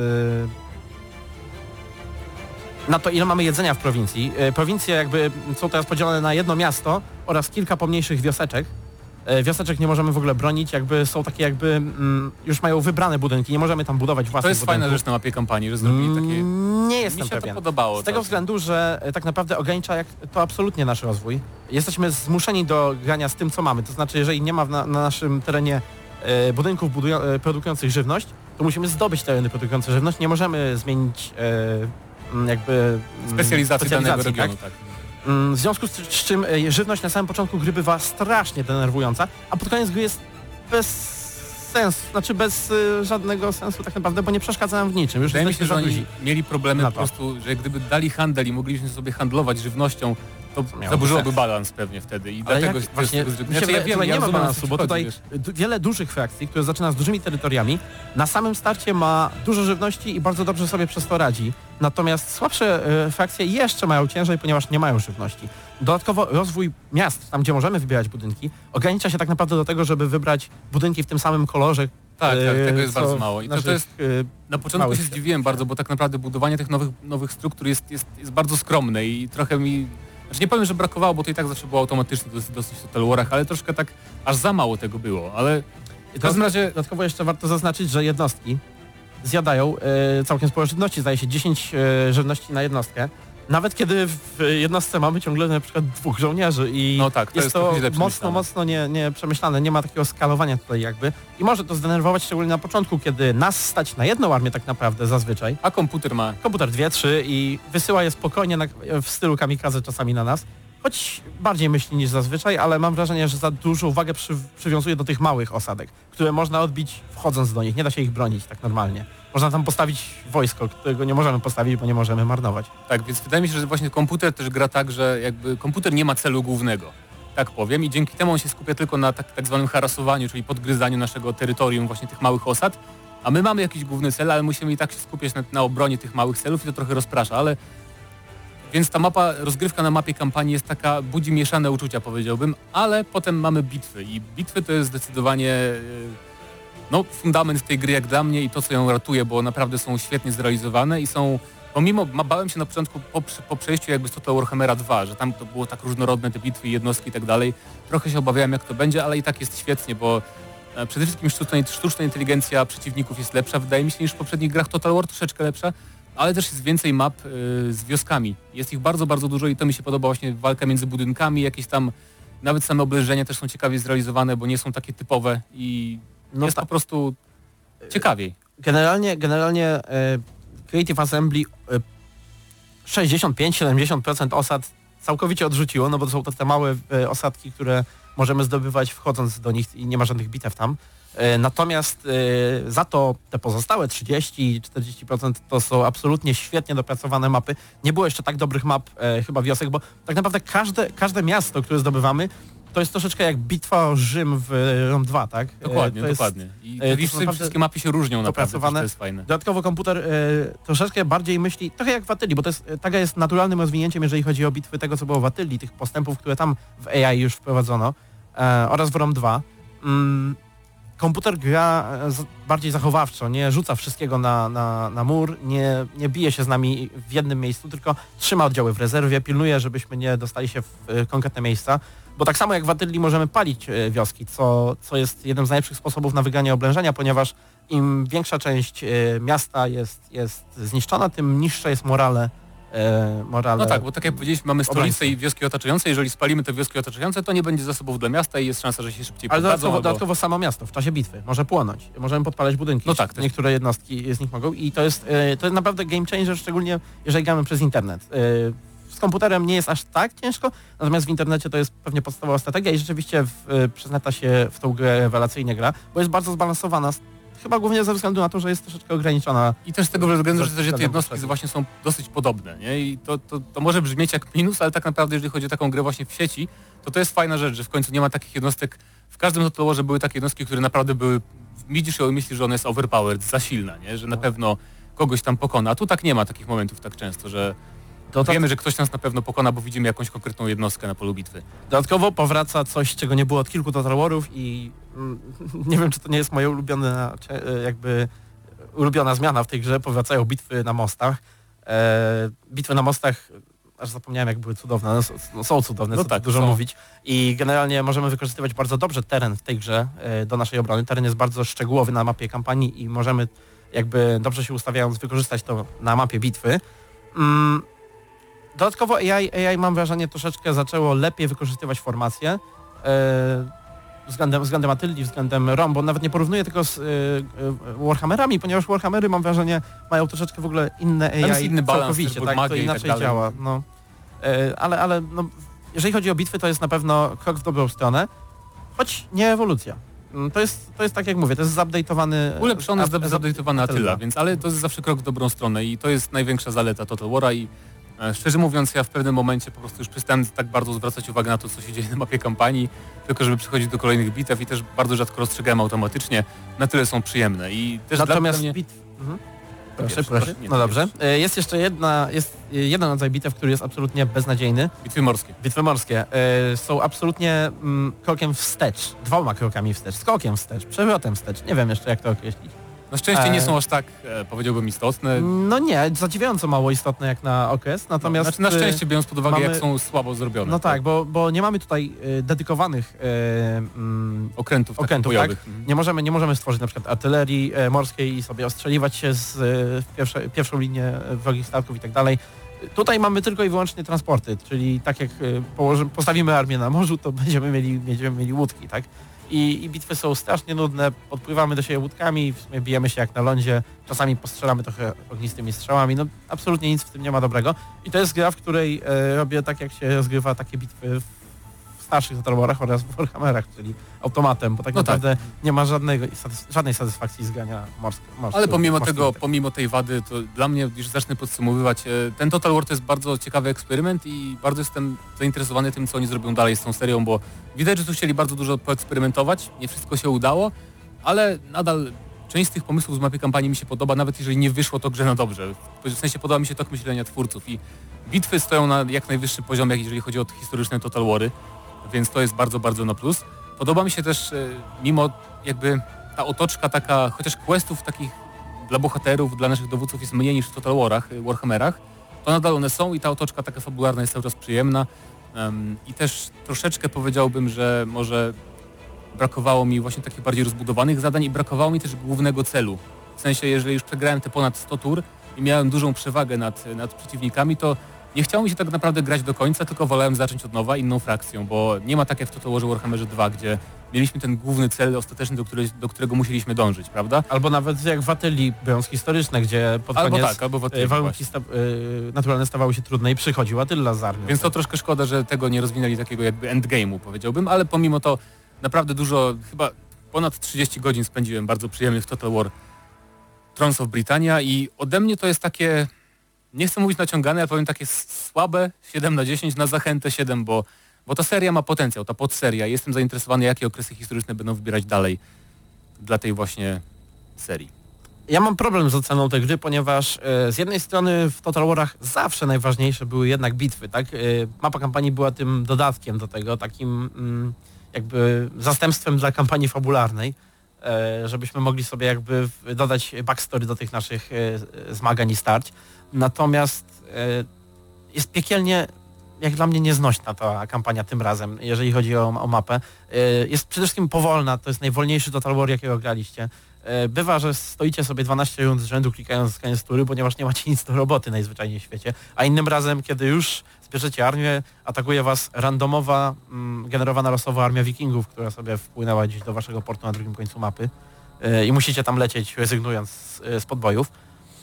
to, ile mamy jedzenia w prowincji. Prowincje jakby są teraz podzielone na jedno miasto oraz kilka pomniejszych wioseczek. Wioseczek nie możemy w ogóle bronić, jakby są takie jakby, już mają wybrane budynki, nie możemy tam budować własnych budynków. To jest fajna rzecz na mapie kampanii, że zrobili takie... Nie jestem pewien. Mi się to podobało. Z tego względu, że tak naprawdę ogranicza to absolutnie nasz rozwój. Jesteśmy zmuszeni do grania z tym, co mamy. To znaczy, jeżeli nie ma na naszym terenie budynków produkujących żywność, to musimy zdobyć tereny produkujące żywność. Nie możemy zmienić jakby specjalizacji danego regionu, tak. W związku z czym żywność na samym początku gry bywa strasznie denerwująca, a pod koniec gry jest bez sensu, znaczy bez żadnego sensu tak naprawdę, bo nie przeszkadza nam w niczym. Już wydaje mi się, że oni mieli problemy po prostu, że gdyby dali handel i mogliśmy sobie handlować żywnością, to zaburzyłoby balans pewnie wtedy i dlatego właśnie nie ma balansu, bo tutaj wiele dużych frakcji, które zaczyna z dużymi terytoriami, na samym starcie ma dużo żywności i bardzo dobrze sobie przez to radzi. Natomiast słabsze frakcje jeszcze mają ciężej, ponieważ nie mają żywności. Dodatkowo rozwój miast, tam gdzie możemy wybierać budynki, ogranicza się tak naprawdę do tego, żeby wybrać budynki w tym samym kolorze. Tak, tego jest bardzo mało. I to jest, na początku się zdziwiłem bardzo, bo tak naprawdę budowanie tych nowych struktur jest bardzo skromne i trochę mi... Znaczy nie powiem, że brakowało, bo to i tak zawsze było automatyczne dosyć w Total Warach, ale troszkę tak aż za mało tego było, ale w każdym razie... Dodatkowo jeszcze warto zaznaczyć, że jednostki zjadają całkiem sporo żywności, zdaje się 10 żywności na jednostkę. Nawet kiedy w jednostce mamy ciągle na przykład 2 żołnierzy i no tak, jest to mocno nie przemyślane, nie ma takiego skalowania tutaj jakby. I może to zdenerwować szczególnie na początku, kiedy nas stać na jedną armię tak naprawdę zazwyczaj. A komputer ma? Komputer 2, 3 i wysyła je spokojnie w stylu kamikaze czasami na nas. choć bardziej myśli niż zazwyczaj, ale mam wrażenie, że za dużą uwagę przywiązuje do tych małych osadek, które można odbić wchodząc do nich. Nie da się ich bronić tak normalnie. Można tam postawić wojsko, którego nie możemy postawić, bo nie możemy marnować. Tak, więc wydaje mi się, że właśnie komputer też gra tak, że jakby komputer nie ma celu głównego, tak powiem, i dzięki temu on się skupia tylko na tak zwanym harasowaniu, czyli podgryzaniu naszego terytorium, właśnie tych małych osad, a my mamy jakiś główny cel, ale musimy i tak się skupiać na obronie tych małych celów i to trochę rozprasza, ale więc ta rozgrywka na mapie kampanii jest taka, budzi mieszane uczucia, powiedziałbym, ale potem mamy bitwy i bitwy to jest zdecydowanie fundament tej gry jak dla mnie i to, co ją ratuje, bo naprawdę są świetnie zrealizowane i są, bałem się na początku po przejściu jakby z Total Warhammera 2, że tam to było tak różnorodne, te bitwy, jednostki i tak dalej. Trochę się obawiałem, jak to będzie, ale i tak jest świetnie, bo przede wszystkim sztuczna inteligencja przeciwników jest lepsza, wydaje mi się, niż w poprzednich grach Total War, troszeczkę lepsza, ale też jest więcej map z wioskami. Jest ich bardzo, bardzo dużo i to mi się podoba właśnie walka między budynkami, jakieś tam, nawet same oblężenia też są ciekawie zrealizowane, bo nie są takie typowe i jest po prostu ciekawiej. Generalnie Creative Assembly 65-70% osad całkowicie odrzuciło, no bo to są te małe osadki, które możemy zdobywać wchodząc do nich i nie ma żadnych bitew tam. Natomiast za to te pozostałe 30-40% to są absolutnie świetnie dopracowane mapy. Nie było jeszcze tak dobrych map chyba wiosek, bo tak naprawdę każde miasto, które zdobywamy, to jest troszeczkę jak bitwa o Rzym w Rom 2, tak? Dokładnie. I wszystkie mapy się różnią naprawdę, to jest fajne. Dodatkowo komputer troszeczkę bardziej myśli, trochę jak w Attylii, bo Taga jest naturalnym rozwinięciem, jeżeli chodzi o bitwy tego, co było w Attylii, tych postępów, które tam w AI już wprowadzono oraz w Rom 2. Komputer gra bardziej zachowawczo, nie rzuca wszystkiego na mur, nie bije się z nami w jednym miejscu, tylko trzyma oddziały w rezerwie, pilnuje, żebyśmy nie dostali się w konkretne miejsca, bo tak samo jak w Attylii możemy palić wioski, co jest jednym z najlepszych sposobów na wygranie oblężenia, ponieważ im większa część miasta jest zniszczona, tym niższe jest morale. No tak, bo tak jak powiedzieliśmy, mamy stolicę i wioski otaczające. Jeżeli spalimy te wioski otaczające, to nie będzie zasobów dla miasta i jest szansa, że się szybciej poddadzą. Ale dodatkowo samo miasto w czasie bitwy może płonąć. Możemy podpalać budynki. No tak. Niektóre jednostki z nich mogą i to jest naprawdę game changer, szczególnie jeżeli gramy przez internet. Z komputerem nie jest aż tak ciężko, natomiast w internecie to jest pewnie podstawowa strategia i rzeczywiście przez neta się w tą grę rewelacyjnie gra, bo jest bardzo zbalansowana. Chyba głównie ze względu na to, że jest troszeczkę ograniczona. I też z tego względu, że te jednostki właśnie są dosyć podobne, nie? I to może brzmieć jak minus, ale tak naprawdę jeżeli chodzi o taką grę właśnie w sieci, to jest fajna rzecz, że w końcu nie ma takich jednostek. W każdym Total Warze były takie jednostki, które naprawdę były, widzisz ją i myślisz, że ona jest overpowered, za silna, nie? Że na pewno kogoś tam pokona. A tu tak nie ma takich momentów tak często, że wiemy, że ktoś nas na pewno pokona, bo widzimy jakąś konkretną jednostkę na polu bitwy. Dodatkowo powraca coś, czego nie było od kilku Total Warów i nie wiem, czy to nie jest moja ulubiona zmiana w tej grze. Powracają bitwy na mostach. Bitwy na mostach, aż zapomniałem, jak były cudowne. Są cudowne, co tak, dużo mówić. I generalnie możemy wykorzystywać bardzo dobrze teren w tej grze do naszej obrony. Teren jest bardzo szczegółowy na mapie kampanii i możemy jakby dobrze się ustawiając wykorzystać to na mapie bitwy. Dodatkowo AI mam wrażenie troszeczkę zaczęło lepiej wykorzystywać formacje względem Attylii, względem Rom, bo nawet nie porównuję tego z Warhammerami, ponieważ Warhammery mam wrażenie mają troszeczkę w ogóle inne AI, jest inny balans, całkowicie, tak, to inaczej tak działa. No. Ale jeżeli chodzi o bitwy, to jest na pewno krok w dobrą stronę, choć nie ewolucja. To jest tak jak mówię, to jest zupdate'owany... Ulepszony, zupdate'owany Attila, więc ale to jest zawsze krok w dobrą stronę i to jest największa zaleta Total War'a i szczerze mówiąc, ja w pewnym momencie po prostu już przestałem tak bardzo zwracać uwagę na to, co się dzieje na mapie kampanii, tylko żeby przechodzić do kolejnych bitew i też bardzo rzadko rozstrzygałem automatycznie, na tyle są przyjemne i też natomiast dla mnie... Proszę. No dobrze. Jest jeszcze jeden rodzaj bitew, który jest absolutnie beznadziejny. Bitwy morskie. Są absolutnie krokiem wstecz. 2 krokami wstecz. Skokiem wstecz. Przewrotem wstecz. Nie wiem jeszcze, jak to określić. Na szczęście nie są aż tak, powiedziałbym, istotne. No nie, zadziwiająco mało istotne jak na okres, natomiast... Znaczy na szczęście, biorąc pod uwagę, jak są słabo zrobione. No tak, bo nie mamy tutaj dedykowanych okrętów tak? bojowych. Nie możemy stworzyć na przykład artylerii morskiej i sobie ostrzeliwać się z pierwszą linię wrogich statków i tak dalej. Tutaj mamy tylko i wyłącznie transporty, czyli tak jak postawimy armię na morzu, to będziemy mieli łódki, tak? i bitwy są strasznie nudne, podpływamy do siebie łódkami, w sumie bijemy się jak na lądzie, czasami postrzelamy trochę ognistymi strzałami, no absolutnie nic w tym nie ma dobrego. I to jest gra, w której robię tak, jak się rozgrywa takie bitwy w starszych Total Warach oraz w Warhammerach, czyli automatem, bo tak naprawdę nie ma żadnej satysfakcji z grania morskiego. Ale pomimo tej wady, to dla mnie, już zacznę podsumowywać, ten Total War to jest bardzo ciekawy eksperyment i bardzo jestem zainteresowany tym, co oni zrobią dalej z tą serią, bo widać, że tu chcieli bardzo dużo poeksperymentować, nie wszystko się udało, ale nadal część z tych pomysłów z mapy kampanii mi się podoba, nawet jeżeli nie wyszło to grze na dobrze. W sensie podoba mi się tok myślenia twórców i bitwy stoją na jak najwyższym poziomie, jeżeli chodzi o historyczne Total Wary, więc to jest bardzo, bardzo na plus. Podoba mi się też, mimo jakby ta otoczka taka, chociaż questów takich dla bohaterów, dla naszych dowódców jest mniej niż w Total Warach, Warhammerach, to nadal one są i ta otoczka taka fabularna jest cały czas przyjemna. I też troszeczkę powiedziałbym, że może brakowało mi właśnie takich bardziej rozbudowanych zadań i brakowało mi też głównego celu. W sensie, jeżeli już przegrałem te ponad 100 tur i miałem dużą przewagę nad przeciwnikami, to nie chciało mi się tak naprawdę grać do końca, tylko wolałem zacząć od nowa inną frakcją, bo nie ma tak jak w Total Warze Warhammerze 2, gdzie mieliśmy ten główny cel ostateczny, do którego musieliśmy dążyć, prawda? Albo nawet jak w Atylii Brąz Historyczne, gdzie pod koniec warunki naturalne stawały się trudne i przychodził Attila z armią. Więc to troszkę szkoda, że tego nie rozwinęli takiego jakby endgame'u, powiedziałbym, ale pomimo to naprawdę dużo, chyba ponad 30 godzin spędziłem bardzo przyjemnie w Total War Thrones of Britannia i ode mnie to jest takie, nie chcę mówić naciągane, ale powiem takie słabe 7/10, na zachętę 7, bo ta seria ma potencjał, ta podseria. Jestem zainteresowany, jakie okresy historyczne będą wybierać dalej dla tej właśnie serii. Ja mam problem z oceną tej gry, ponieważ z jednej strony w Total Warach zawsze najważniejsze były jednak bitwy, tak? Mapa kampanii była tym dodatkiem do tego, takim jakby zastępstwem dla kampanii fabularnej, żebyśmy mogli sobie jakby dodać backstory do tych naszych zmagań i starć. Natomiast jest piekielnie, jak dla mnie, nieznośna ta kampania tym razem, jeżeli chodzi o mapę. Jest przede wszystkim powolna, to jest najwolniejszy Total War, jakiego graliście. Bywa, że stoicie sobie 12 rund z rzędu klikając koniec tury, ponieważ nie macie nic do roboty najzwyczajniej w świecie, a innym razem, kiedy już zbierzecie armię, atakuje was randomowa, generowana losowo armia wikingów, która sobie wpłynęła gdzieś do waszego portu na drugim końcu mapy i musicie tam lecieć, rezygnując z podbojów.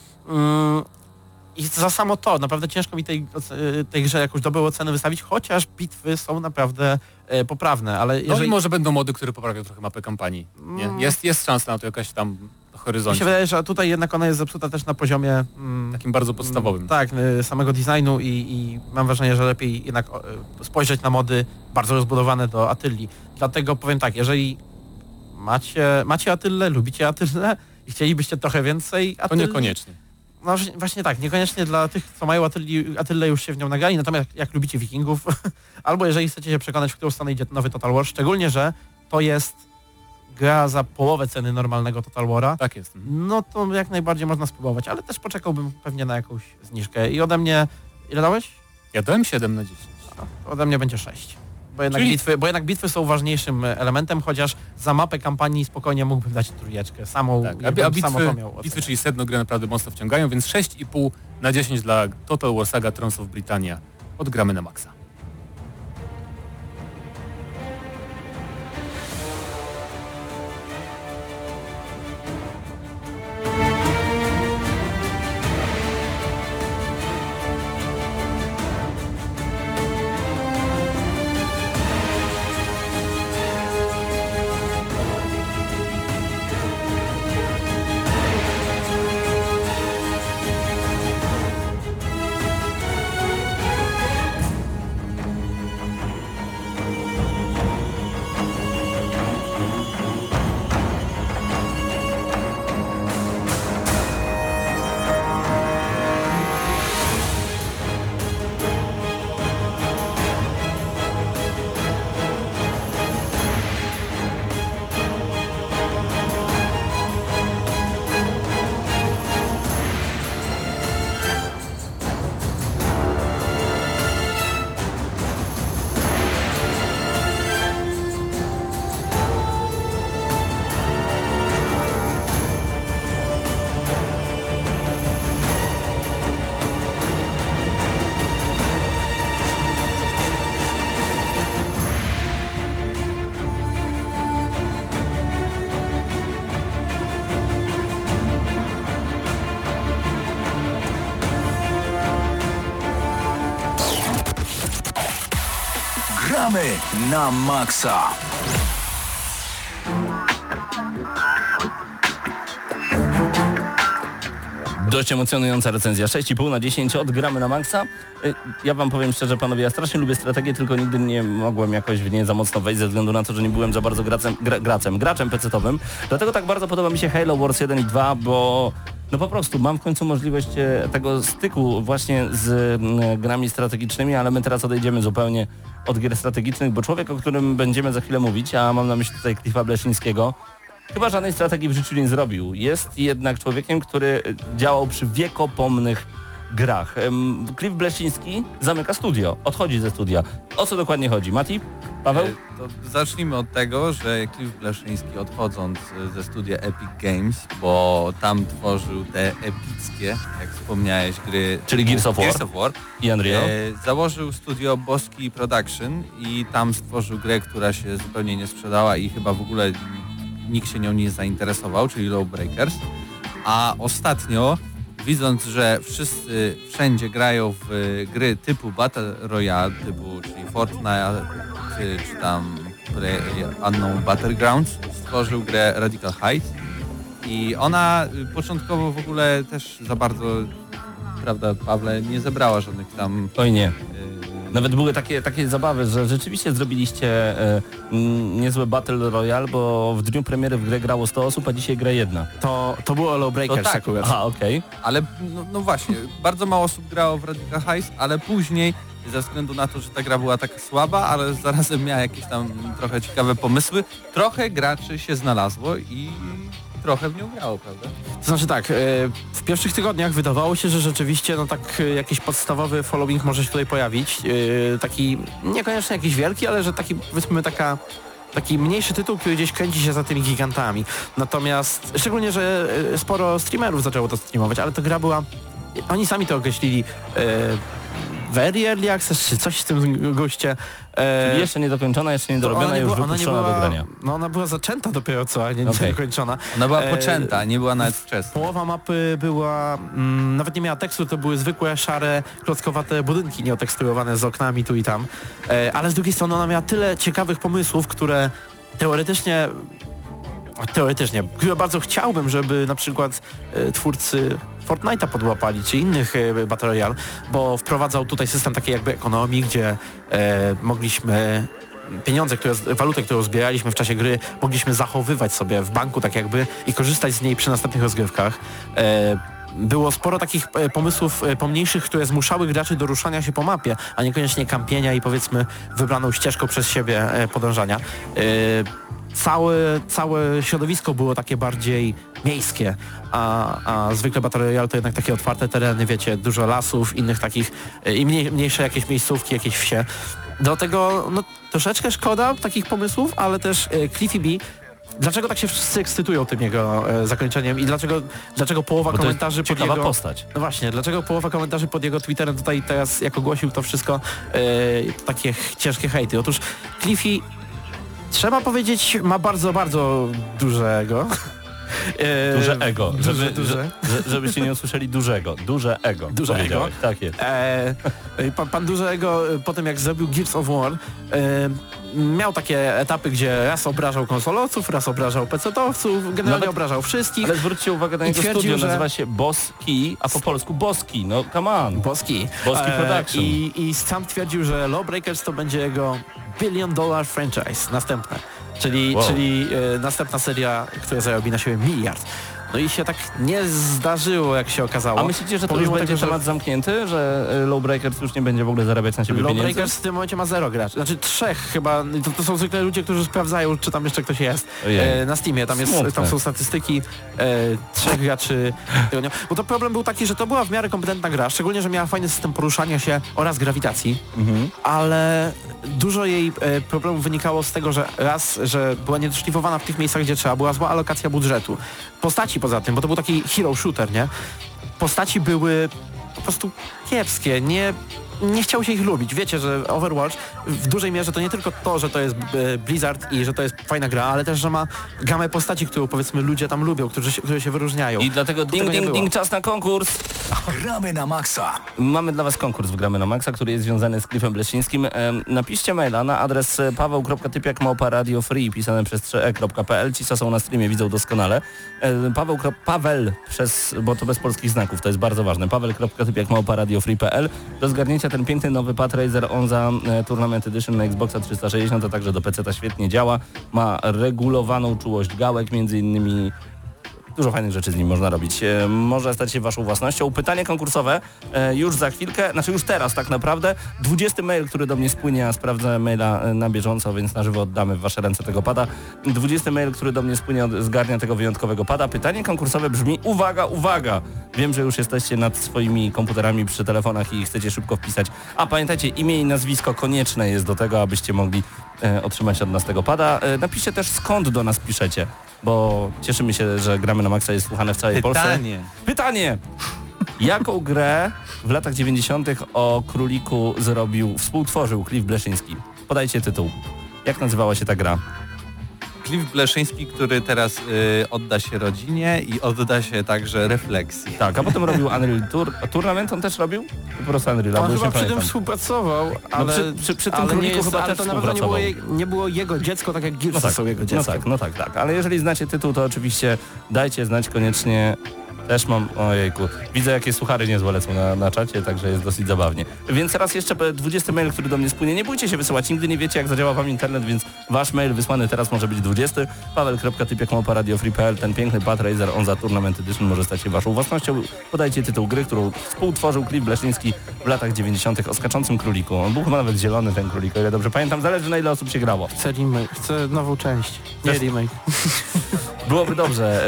I za samo to, naprawdę ciężko mi tej grze jakąś dobrą ocenę wystawić, chociaż bitwy są naprawdę poprawne, ale jeżeli... No i może będą mody, które poprawią trochę mapę kampanii. Nie? Jest szansa na to jakaś tam horyzoncie. Mi się wydaje, że tutaj jednak ona jest zepsuta też na poziomie... takim bardzo podstawowym. Tak, samego designu i mam wrażenie, że lepiej jednak spojrzeć na mody bardzo rozbudowane do Attylii. Dlatego powiem tak, jeżeli macie Attylę, lubicie Attylę i chcielibyście trochę więcej Attylii... To niekoniecznie. No właśnie tak, niekoniecznie dla tych, co mają Attylę już się w nią nagrali, natomiast jak lubicie wikingów, albo jeżeli chcecie się przekonać, w którą stronę idzie nowy Total War, szczególnie, że to jest gra za połowę ceny normalnego Total War'a, tak jest. No to jak najbardziej można spróbować, ale też poczekałbym pewnie na jakąś zniżkę. I ode mnie, ile dałeś? Ja dałem 7/10. Ode mnie będzie 6. Bo jednak bitwy są ważniejszym elementem, chociaż za mapę kampanii spokojnie mógłbym dać trójeczkę. Samą, tak, a bitwy, czyli sedno gry naprawdę mocno wciągają, więc 6,5/10 dla Total War Saga Thrones of Britannia. Odgramy na maksa. Gramy na maksa. Dość emocjonująca recenzja. 6,5 na 10 od Gramy na maksa. Ja wam powiem szczerze, panowie, ja strasznie lubię strategię, tylko nigdy nie mogłem jakoś w nie za mocno wejść ze względu na to, że nie byłem za bardzo graczem PC-towym. Dlatego tak bardzo podoba mi się Halo Wars 1 i 2, bo no po prostu mam w końcu możliwość tego styku właśnie z grami strategicznymi, ale my teraz odejdziemy zupełnie od gier strategicznych, bo człowiek, o którym będziemy za chwilę mówić, a mam na myśli tutaj Cliffa Bleszyńskiego, chyba żadnej strategii w życiu nie zrobił. Jest jednak człowiekiem, który działał przy wiekopomnych grach. Cliff Bleszyński zamyka studio, odchodzi ze studia. O co dokładnie chodzi? Mati? Paweł? To zacznijmy od tego, że Cliff Bleszyński, odchodząc ze studia Epic Games, bo tam tworzył te epickie, jak wspomniałeś, gry... Czyli Gears of War i Unreal. Założył studio Boski Production i tam stworzył grę, która się zupełnie nie sprzedała i chyba w ogóle nikt się nią nie zainteresował, czyli Lawbreakers. A ostatnio, widząc, że wszyscy wszędzie grają w gry typu Battle Royale, czyli Fortnite, czy tam Unknown Battlegrounds, stworzył grę Radical Heights i ona początkowo w ogóle też za bardzo, prawda, Pawle, nie zebrała żadnych tam... Oj nie. Nawet były takie zabawy, że rzeczywiście zrobiliście niezłe Battle Royale, bo w dniu premiery w grę grało 100 osób, a dzisiaj gra jedna. To było Lawbreakers tak. akurat. Aha, okej. Ale no właśnie, bardzo mało osób grało w Radical Heights, ale później ze względu na to, że ta gra była taka słaba, ale zarazem miała jakieś tam trochę ciekawe pomysły, trochę graczy się znalazło i trochę w nią grało, prawda? To znaczy tak, w pierwszych tygodniach wydawało się, że rzeczywiście no tak jakiś podstawowy following może się tutaj pojawić. Taki niekoniecznie jakiś wielki, ale że taki, powiedzmy, taki mniejszy tytuł, który gdzieś kręci się za tymi gigantami. Natomiast szczególnie, że sporo streamerów zaczęło to streamować, ale ta gra była, oni sami to określili, very early access, czy coś w tym guście. Czyli jeszcze niedokończona, jeszcze niedorobiona, już wypuszczona do grania. No ona była zaczęta dopiero co, a nie dokończona. Ona była poczęta, nie była nawet wczesna. Połowa mapy była, nawet nie miała tekstu, to były zwykłe, szare, klockowate budynki nieoteksturowane z oknami tu i tam. Ale z drugiej strony ona miała tyle ciekawych pomysłów, które teoretycznie, które bardzo chciałbym, żeby na przykład twórcy Fortnite'a podłapali, czy innych Battle Royale, bo wprowadzał tutaj system takiej jakby ekonomii, gdzie mogliśmy pieniądze, walutę, którą zbieraliśmy w czasie gry, mogliśmy zachowywać sobie w banku tak jakby i korzystać z niej przy następnych rozgrywkach. Było sporo takich pomysłów pomniejszych, które zmuszały graczy do ruszania się po mapie, a niekoniecznie kampienia i powiedzmy wybraną ścieżką przez siebie podążania. Całe środowisko było takie bardziej miejskie, a zwykle Battle Royale to jednak takie otwarte tereny, wiecie, dużo lasów, innych takich i mniejsze jakieś miejscówki, jakieś wsie. Do tego no, troszeczkę szkoda takich pomysłów, ale też Cliffy B. Dlaczego tak się wszyscy ekscytują tym jego zakończeniem i dlaczego połowa komentarzy pod jego... postać. No właśnie, dlaczego połowa komentarzy pod jego Twitterem tutaj teraz, jak ogłosił to wszystko, takie ciężkie hejty. Otóż Cliffy, trzeba powiedzieć, ma bardzo, bardzo dużego. Duże ego. Duże. Żebyście nie usłyszeli duże ego. Duże ego. Tak jest. Pan duże ego po tym jak zrobił Gears of War miał takie etapy, gdzie raz obrażał konsolowców, raz obrażał PC-towców, generalnie obrażał wszystkich. Ale zwróćcie uwagę na jego studio, nazywa się Boski, a po polsku Boski, no come on. Boski Production. I sam twierdził, że Lawbreakers to będzie jego $1 billion franchise, następne. Czyli następna seria, która zarobi na siebie $1 miliard. No i się tak nie zdarzyło, jak się okazało. A myślicie, że to już będzie temat zamknięty, że Lawbreakers już nie będzie w ogóle zarabiać na siebie pieniędzy? Lawbreakers w tym momencie ma 0 graczy. Znaczy 3 chyba. To są zwykle ludzie, którzy sprawdzają, czy tam jeszcze ktoś jest. Na Steamie. Tam są statystyki 3 graczy. Bo to problem był taki, że to była w miarę kompetentna gra, szczególnie, że miała fajny system poruszania się oraz grawitacji, ale dużo jej problemów wynikało z tego, że była niedoszlifowana w tych miejscach, gdzie trzeba, była zła alokacja budżetu. Postaci poza tym, bo to był taki hero shooter, nie? Postaci były po prostu kiepskie, nie chciało się ich lubić. Wiecie, że Overwatch w dużej mierze to nie tylko to, że to jest Blizzard i że to jest fajna gra, ale też, że ma gamę postaci, którą powiedzmy ludzie tam lubią, którzy się wyróżniają. I dlatego ding, czas na konkurs. Gramy na maksa. Mamy dla Was konkurs w Gramy na Maxa, który jest związany z Cliffem Bleszyńskim. Napiszcie maila na adres paweł.typiak@radiofree pisane przez 3e.pl. Ci, co są na streamie, widzą doskonale. Paweł bo to bez polskich znaków, to jest bardzo ważne. paweł.typiak@radiofree.pl. Do zgarnięcia ten piękny nowy Pad Razer Onza Tournament Edition na Xboxa 360, a także do PC-ta świetnie działa. Ma regulowaną czułość gałek, między innymi dużo fajnych rzeczy z nim można robić. Może stać się waszą własnością. Pytanie konkursowe już za chwilkę, znaczy już teraz tak naprawdę. 20 mail, który do mnie spłynie, a sprawdzę maila na bieżąco, więc na żywo oddamy w wasze ręce tego pada. 20 mail, który do mnie spłynie od zgarnia tego wyjątkowego pada. Pytanie konkursowe brzmi, uwaga! Wiem, że już jesteście nad swoimi komputerami przy telefonach i chcecie szybko wpisać. A pamiętajcie, imię i nazwisko konieczne jest do tego, abyście mogli otrzymać od nas tego pada. Napiszcie też, skąd do nas piszecie, bo cieszymy się, że Gramy na Maxa jest słuchane w całej Polsce. Pytanie! Jaką grę w latach 90. o króliku współtworzył Cliff Bleszyński? Podajcie tytuł. Jak nazywała się ta gra? Cliff Bleszyński, który teraz odda się rodzinie i odda się także refleksji. Tak, a potem robił Unreal Tournament, on też robił? Po prostu Unreal, on chyba przy tym współpracował, ale, przy tym króliku chyba też to na pewno nie było jego dziecko, tak jak Gearsy są jego dzieckiem. No tak. Ale jeżeli znacie tytuł, to oczywiście dajcie znać koniecznie. Też mam, ojejku, widzę jakie suchary niezłe lecą na czacie, także jest dosyć zabawnie. Więc teraz jeszcze 20 mail, który do mnie spłynie. Nie bójcie się wysyłać, nigdy nie wiecie jak zadziała wam internet, więc wasz mail wysłany teraz może być 20. paweł.typiak@radiofree.pl. Ten piękny Pad Razer Onza Tournament Edition może stać się waszą własnością. Podajcie tytuł gry, którą współtworzył Cliff Bleszyński w latach 90. o skaczącym króliku. On był chyba nawet zielony, ten królik, o ile dobrze pamiętam. Zależy, na ile osób się grało. Chcę nową część, nie remake. Byłoby dobrze.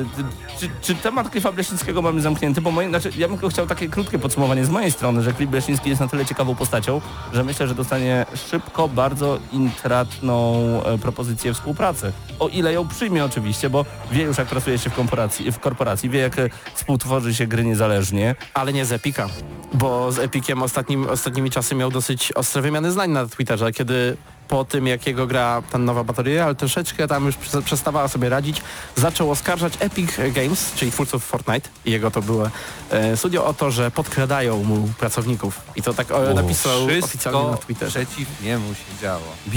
Czy temat Cliffa Bleszyńskiego mamy zamknięty? Bo ja bym tylko chciał takie krótkie podsumowanie z mojej strony, że Cliff Bleszyński jest na tyle ciekawą postacią, że myślę, że dostanie szybko bardzo intratną propozycję współpracy. O ile ją przyjmie oczywiście, bo wie już jak pracuje się w korporacji, wie jak współtworzy się gry niezależnie. Ale nie z Epika, bo z Epikiem ostatnimi czasy miał dosyć ostre wymiany zdań na Twitterze, kiedy po tym jak jego gra, ta nowa Battle Royale, troszeczkę tam już przestawała sobie radzić, zaczął oskarżać Epic Games, czyli twórców Fortnite, i jego to było studio, o to, że podkradają mu pracowników. I to tak napisał oficjalnie na Twitterze. Przeciw niemu się działo.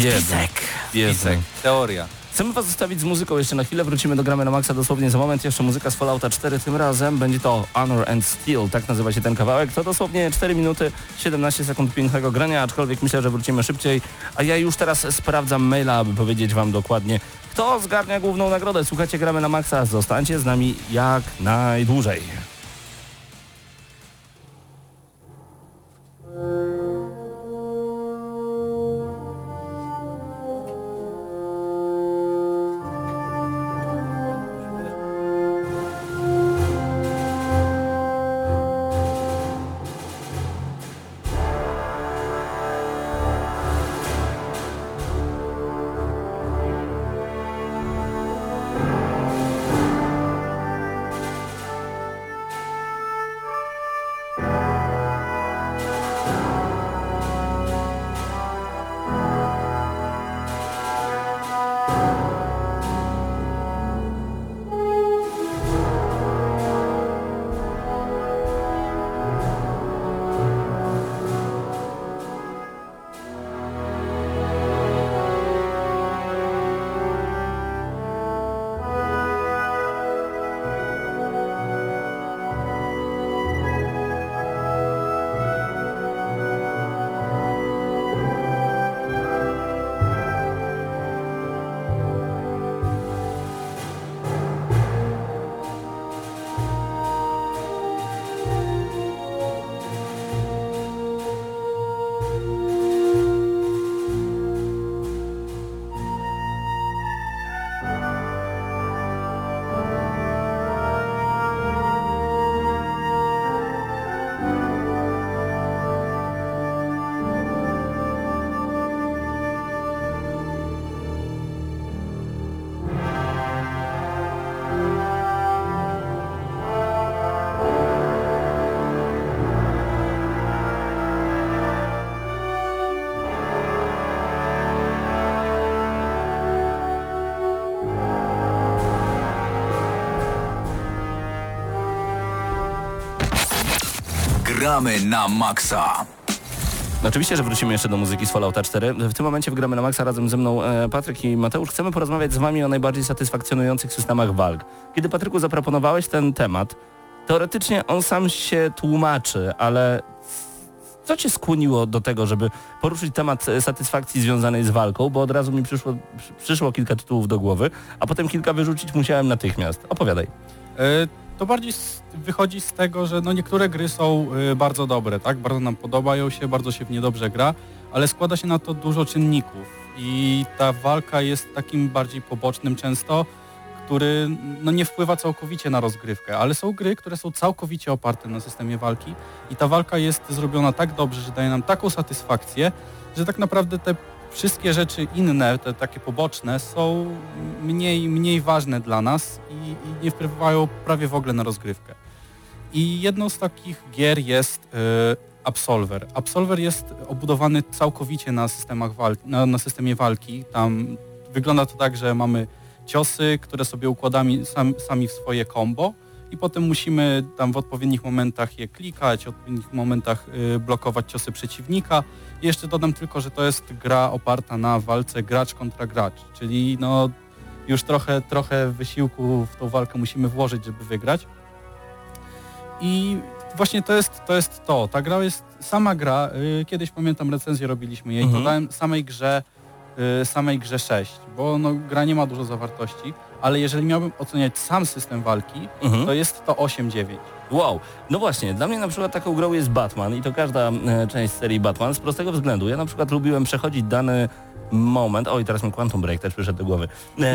Biedek. Teoria. Chcemy was zostawić z muzyką jeszcze na chwilę, wrócimy do Gramy na Maxa dosłownie za moment. Jeszcze muzyka z Fallouta 4, tym razem będzie to Honor and Steel, tak nazywa się ten kawałek. To dosłownie 4 minuty, 17 sekund pięknego grania, aczkolwiek myślę, że wrócimy szybciej. A ja już teraz sprawdzam maila, aby powiedzieć wam dokładnie, kto zgarnia główną nagrodę. Słuchajcie, Gramy na Maxa, zostańcie z nami jak najdłużej. Gramy na maksa. Oczywiście, że wrócimy jeszcze do muzyki z Fallouta 4. W tym momencie w Gramy na Maxa razem ze mną Patryk i Mateusz. Chcemy porozmawiać z wami o najbardziej satysfakcjonujących systemach walk. Kiedy, Patryku, zaproponowałeś ten temat, teoretycznie on sam się tłumaczy, ale co cię skłoniło do tego, żeby poruszyć temat satysfakcji związanej z walką, bo od razu mi przyszło kilka tytułów do głowy, a potem kilka wyrzucić musiałem natychmiast. Opowiadaj. To bardziej wychodzi z tego, że no niektóre gry są bardzo dobre, tak? Bardzo nam podobają się, bardzo się w nie dobrze gra, ale składa się na to dużo czynników i ta walka jest takim bardziej pobocznym często, który no nie wpływa całkowicie na rozgrywkę, ale są gry, które są całkowicie oparte na systemie walki i ta walka jest zrobiona tak dobrze, że daje nam taką satysfakcję, że tak naprawdę te wszystkie rzeczy inne, te takie poboczne są mniej ważne dla nas i nie wpływają prawie w ogóle na rozgrywkę. I jedną z takich gier jest Absolver. Absolver jest obudowany całkowicie na systemach na systemie walki. Tam wygląda to tak, że mamy ciosy, które sobie układamy sami w swoje combo i potem musimy tam w odpowiednich momentach je klikać, w odpowiednich momentach blokować ciosy przeciwnika. I jeszcze dodam tylko, że to jest gra oparta na walce gracz kontra gracz, czyli no już trochę wysiłku w tą walkę musimy włożyć, żeby wygrać. I właśnie to jest to. Ta gra jest, sama gra, kiedyś pamiętam recenzję robiliśmy jej, to dałem samej grze 6, bo no, gra nie ma dużo zawartości, ale jeżeli miałbym oceniać sam system walki, to jest to 8-9. Wow, no właśnie, dla mnie na przykład taką grą jest Batman i to każda część serii Batman z prostego względu. Ja na przykład lubiłem przechodzić dany moment, oj teraz mi Quantum Break też przyszedł do głowy,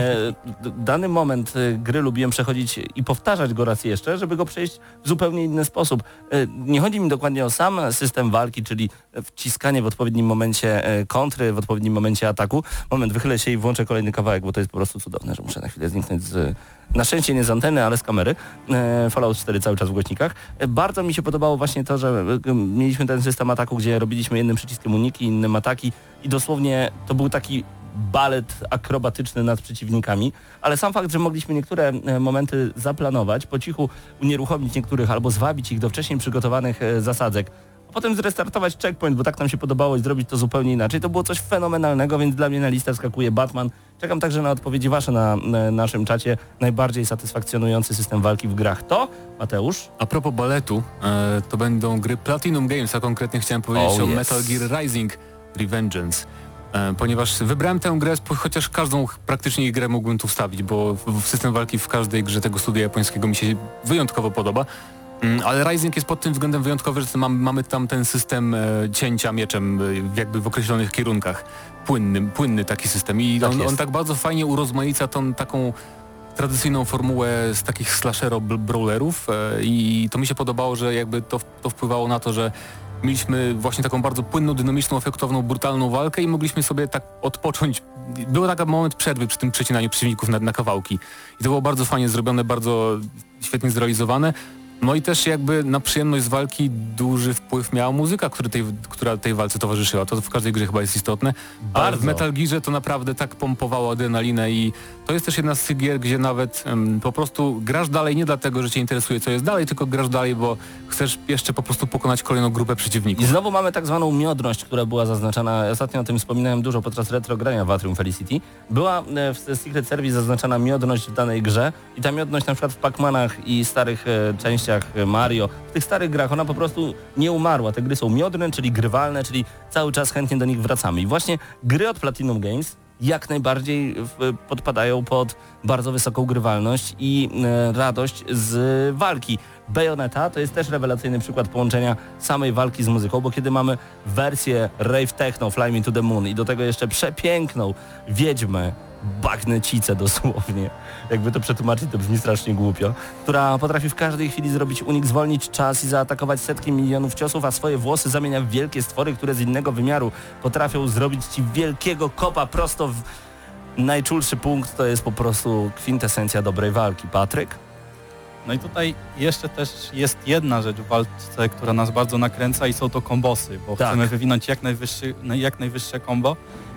dany moment gry lubiłem przechodzić i powtarzać go raz jeszcze, żeby go przejść w zupełnie inny sposób. Nie chodzi mi dokładnie o sam system walki, czyli wciskanie w odpowiednim momencie kontry, w odpowiednim momencie ataku. Moment, wychylę się i włączę kolejny kawałek, bo to jest po prostu cudowne, że muszę na chwilę zniknąć na szczęście nie z anteny, ale z kamery. Fallout 4 cały czas w głośnikach. Bardzo mi się podobało właśnie to, że mieliśmy ten system ataku, gdzie robiliśmy jednym przyciskiem uniki, innym ataki i dosłownie to był taki balet akrobatyczny nad przeciwnikami, ale sam fakt, że mogliśmy niektóre momenty zaplanować, po cichu unieruchomić niektórych albo zwabić ich do wcześniej przygotowanych zasadzek, a potem zrestartować checkpoint, bo tak nam się podobało i zrobić to zupełnie inaczej. To było coś fenomenalnego, więc dla mnie na listę skakuje Batman. Czekam także na odpowiedzi wasze na naszym czacie. Najbardziej satysfakcjonujący system walki w grach to, Mateusz? A propos baletu, to będą gry Platinum Games, a konkretnie chciałem powiedzieć o Metal Gear Rising Revengeance. Ponieważ wybrałem tę grę, chociaż każdą praktycznie ich grę mógłbym tu wstawić, bo system walki w każdej grze tego studia japońskiego mi się wyjątkowo podoba. Ale Rising jest pod tym względem wyjątkowy, że mamy tam ten system cięcia mieczem jakby w określonych kierunkach. Płynny taki system. I on tak bardzo fajnie urozmaica tą taką tradycyjną formułę z takich slashero-brawlerów i to mi się podobało, że jakby to wpływało na to, że mieliśmy właśnie taką bardzo płynną, dynamiczną, efektowną, brutalną walkę i mogliśmy sobie tak odpocząć. Był taki moment przerwy przy tym przecinaniu przeciwników na kawałki. I to było bardzo fajnie zrobione, bardzo świetnie zrealizowane. No i też jakby na przyjemność z walki duży wpływ miała muzyka, która tej walce towarzyszyła. To w każdej grze chyba jest istotne. Ale w Metal Gearze to naprawdę tak pompowało adrenalinę i to jest też jedna z tych gier, gdzie nawet po prostu grasz dalej nie dlatego, że cię interesuje co jest dalej, tylko grasz dalej, bo chcesz jeszcze po prostu pokonać kolejną grupę przeciwników. I znowu mamy tak zwaną miodność, która była zaznaczana, ostatnio o tym wspominałem dużo podczas retrogrania w Atrium Felicity. Była w Secret Service zaznaczana miodność w danej grze i ta miodność na przykład w Pac-Manach i starych częściach Mario, w tych starych grach ona po prostu nie umarła. Te gry są miodne, czyli grywalne, czyli cały czas chętnie do nich wracamy. I właśnie gry od Platinum Games jak najbardziej podpadają pod bardzo wysoką grywalność i radość z walki. Bayonetta to jest też rewelacyjny przykład połączenia samej walki z muzyką, bo kiedy mamy wersję rave techno Fly Me to the Moon i do tego jeszcze przepiękną wiedźmę, bagnecicę dosłownie, jakby to przetłumaczyć, to brzmi strasznie głupio, która potrafi w każdej chwili zrobić unik, zwolnić czas i zaatakować setki milionów ciosów, a swoje włosy zamienia w wielkie stwory, które z innego wymiaru potrafią zrobić ci wielkiego kopa prosto w najczulszy punkt. To jest po prostu kwintesencja dobrej walki. Patryk? No i tutaj jeszcze też jest jedna rzecz w walce, która nas bardzo nakręca i są to kombosy, bo chcemy wywinąć jak najwyższe combo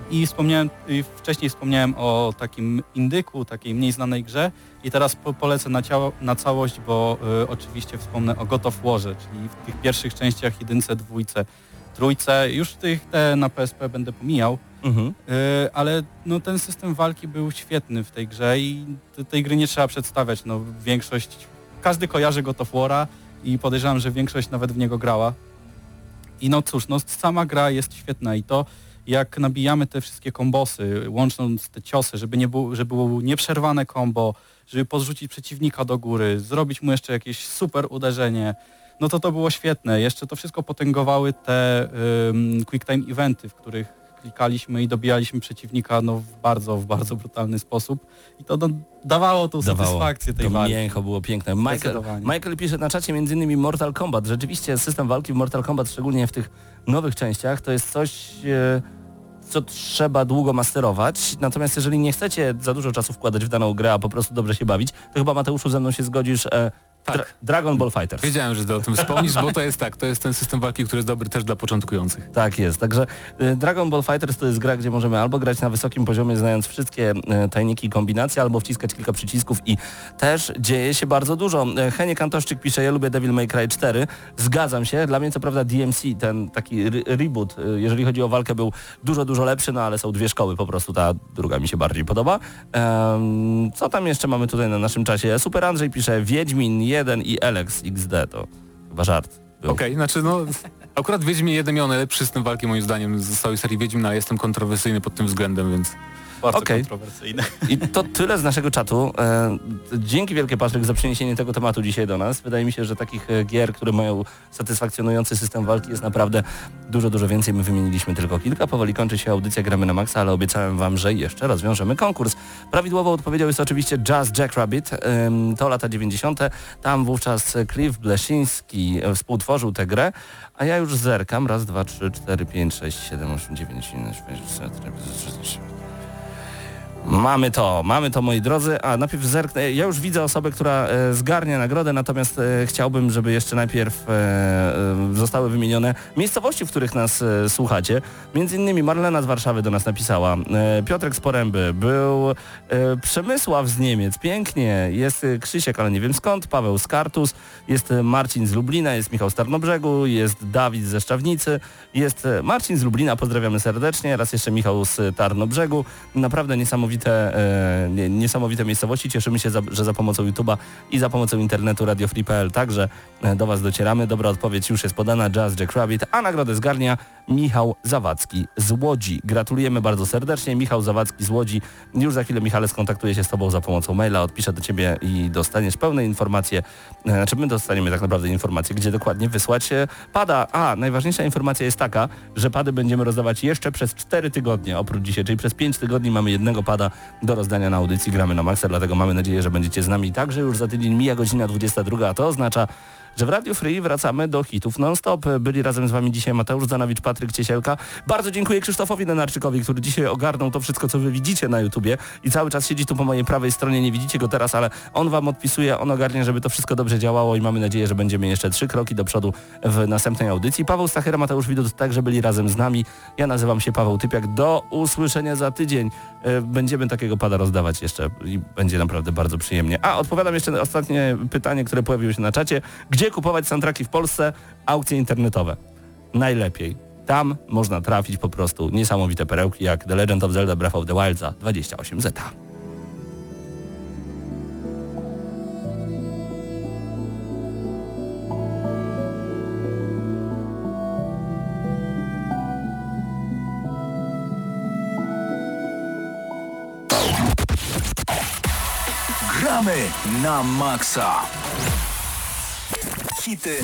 I wcześniej wspomniałem o takim indyku, takiej mniej znanej grze i teraz polecę na całość, bo oczywiście wspomnę o God of Warze, czyli w tych pierwszych częściach, 1, 2, 3, już te na PSP będę pomijał, ale no, ten system walki był świetny w tej grze i tej gry nie trzeba przedstawiać, no każdy kojarzy God of War'a i podejrzewam, że większość nawet w niego grała. I no cóż, no sama gra jest świetna i to jak nabijamy te wszystkie kombosy, łącząc te ciosy, żeby było nieprzerwane combo, żeby podrzucić przeciwnika do góry, zrobić mu jeszcze jakieś super uderzenie, no to było świetne. Jeszcze to wszystko potęgowały te quick time eventy, w których klikaliśmy i dobijaliśmy przeciwnika no, w bardzo brutalny sposób i to dawało tą satysfakcję tej walki. To mięcho było piękne. Michael pisze na czacie m.in. Mortal Kombat. Rzeczywiście system walki w Mortal Kombat, szczególnie w tych nowych częściach, to jest coś, co trzeba długo masterować. Natomiast jeżeli nie chcecie za dużo czasu wkładać w daną grę, a po prostu dobrze się bawić, to chyba Mateuszu ze mną się zgodzisz. Tak. Dragon Ball FighterZ. Wiedziałem, że ty o tym wspomnisz, bo to jest ten system walki, który jest dobry też dla początkujących. Tak jest, także Dragon Ball FighterZ to jest gra, gdzie możemy albo grać na wysokim poziomie, znając wszystkie tajniki i kombinacje, albo wciskać kilka przycisków i też dzieje się bardzo dużo. Heniek Antoszczyk pisze, ja lubię Devil May Cry 4. Zgadzam się, dla mnie co prawda DMC, ten taki reboot, jeżeli chodzi o walkę, był dużo lepszy, no ale są dwie szkoły po prostu, ta druga mi się bardziej podoba. Co tam jeszcze mamy tutaj na naszym czasie? Super Andrzej pisze, Wiedźmin 1 i Alex XD, to chyba żart był. Okej, znaczy no akurat Wiedźmin 1 miał najlepszy system walki moim zdaniem z całej serii Wiedźmin, ale jestem kontrowersyjny pod tym względem, więc... Bardzo kontrowersyjne. I to tyle z naszego czatu. Dzięki wielkie, Patryk, za przeniesienie tego tematu dzisiaj do nas. Wydaje mi się, że takich gier, które mają satysfakcjonujący system walki jest naprawdę dużo więcej. My wymieniliśmy tylko kilka. Powoli kończy się audycja Gramy na Maxa, ale obiecałem wam, że jeszcze rozwiążemy konkurs. Prawidłową odpowiedzią jest oczywiście Jazz Jackrabbit. To lata 90. Tam wówczas Cliff Bleszyński współtworzył tę grę, a ja już zerkam. 1, 2, 3, 4, 5, 6, 7, 8, 9, 10, 11, Mamy to, moi drodzy, a najpierw zerknę, ja już widzę osobę, która zgarnia nagrodę, natomiast chciałbym, żeby jeszcze najpierw zostały wymienione miejscowości, w których nas słuchacie. Między innymi Marlena z Warszawy do nas napisała, Piotrek z Poręby, był Przemysław z Niemiec, pięknie, jest Krzysiek, ale nie wiem skąd, Paweł z Kartus, jest Marcin z Lublina, jest Michał z Tarnobrzegu, jest Dawid ze Szczawnicy, jest Marcin z Lublina, pozdrawiamy serdecznie, raz jeszcze Michał z Tarnobrzegu, naprawdę niesamowite miejscowości. Cieszymy się, że za pomocą YouTube'a i za pomocą internetu Radio Free.pl także do Was docieramy. Dobra odpowiedź już jest podana, Jazz Jackrabbit, a nagrodę zgarnia Michał Zawadzki z Łodzi. Gratulujemy bardzo serdecznie. Michał Zawadzki z Łodzi. Już za chwilę, Michale, skontaktuję się z Tobą za pomocą maila, odpiszę do Ciebie i dostaniesz pełne informacje, znaczy my dostaniemy tak naprawdę informacje, gdzie dokładnie wysłać pada. A najważniejsza informacja jest taka, że pady będziemy rozdawać jeszcze przez 4 tygodnie oprócz dzisiaj, czyli przez 5 tygodni mamy jednego pada do rozdania na audycji Gramy na Maxa, dlatego mamy nadzieję, że będziecie z nami także już za tydzień. Mija godzina 22, a to oznacza, że w Radio Free wracamy do hitów non-stop. Byli razem z Wami dzisiaj Mateusz Zanowicz, Patryk Ciesielka. Bardzo dziękuję Krzysztofowi Lenarczykowi, który dzisiaj ogarnął to wszystko, co Wy widzicie na YouTubie i cały czas siedzi tu po mojej prawej stronie. Nie widzicie go teraz, ale on Wam odpisuje, on ogarnia, żeby to wszystko dobrze działało i mamy nadzieję, że będziemy jeszcze 3 kroki do przodu w następnej audycji. Paweł Stachera, Mateusz Widut także byli razem z nami. Ja nazywam się Paweł Typiak. Do usłyszenia za tydzień. Będziemy takiego pada rozdawać jeszcze i będzie naprawdę bardzo przyjemnie. A odpowiadam jeszcze na ostatnie pytanie, które pojawiło się na czacie. Gdzie kupować soundtracki w Polsce? Aukcje internetowe. Najlepiej. Tam można trafić po prostu niesamowite perełki jak The Legend of Zelda Breath of the Wild za 28 zeta. Gramy na Maxa. Hity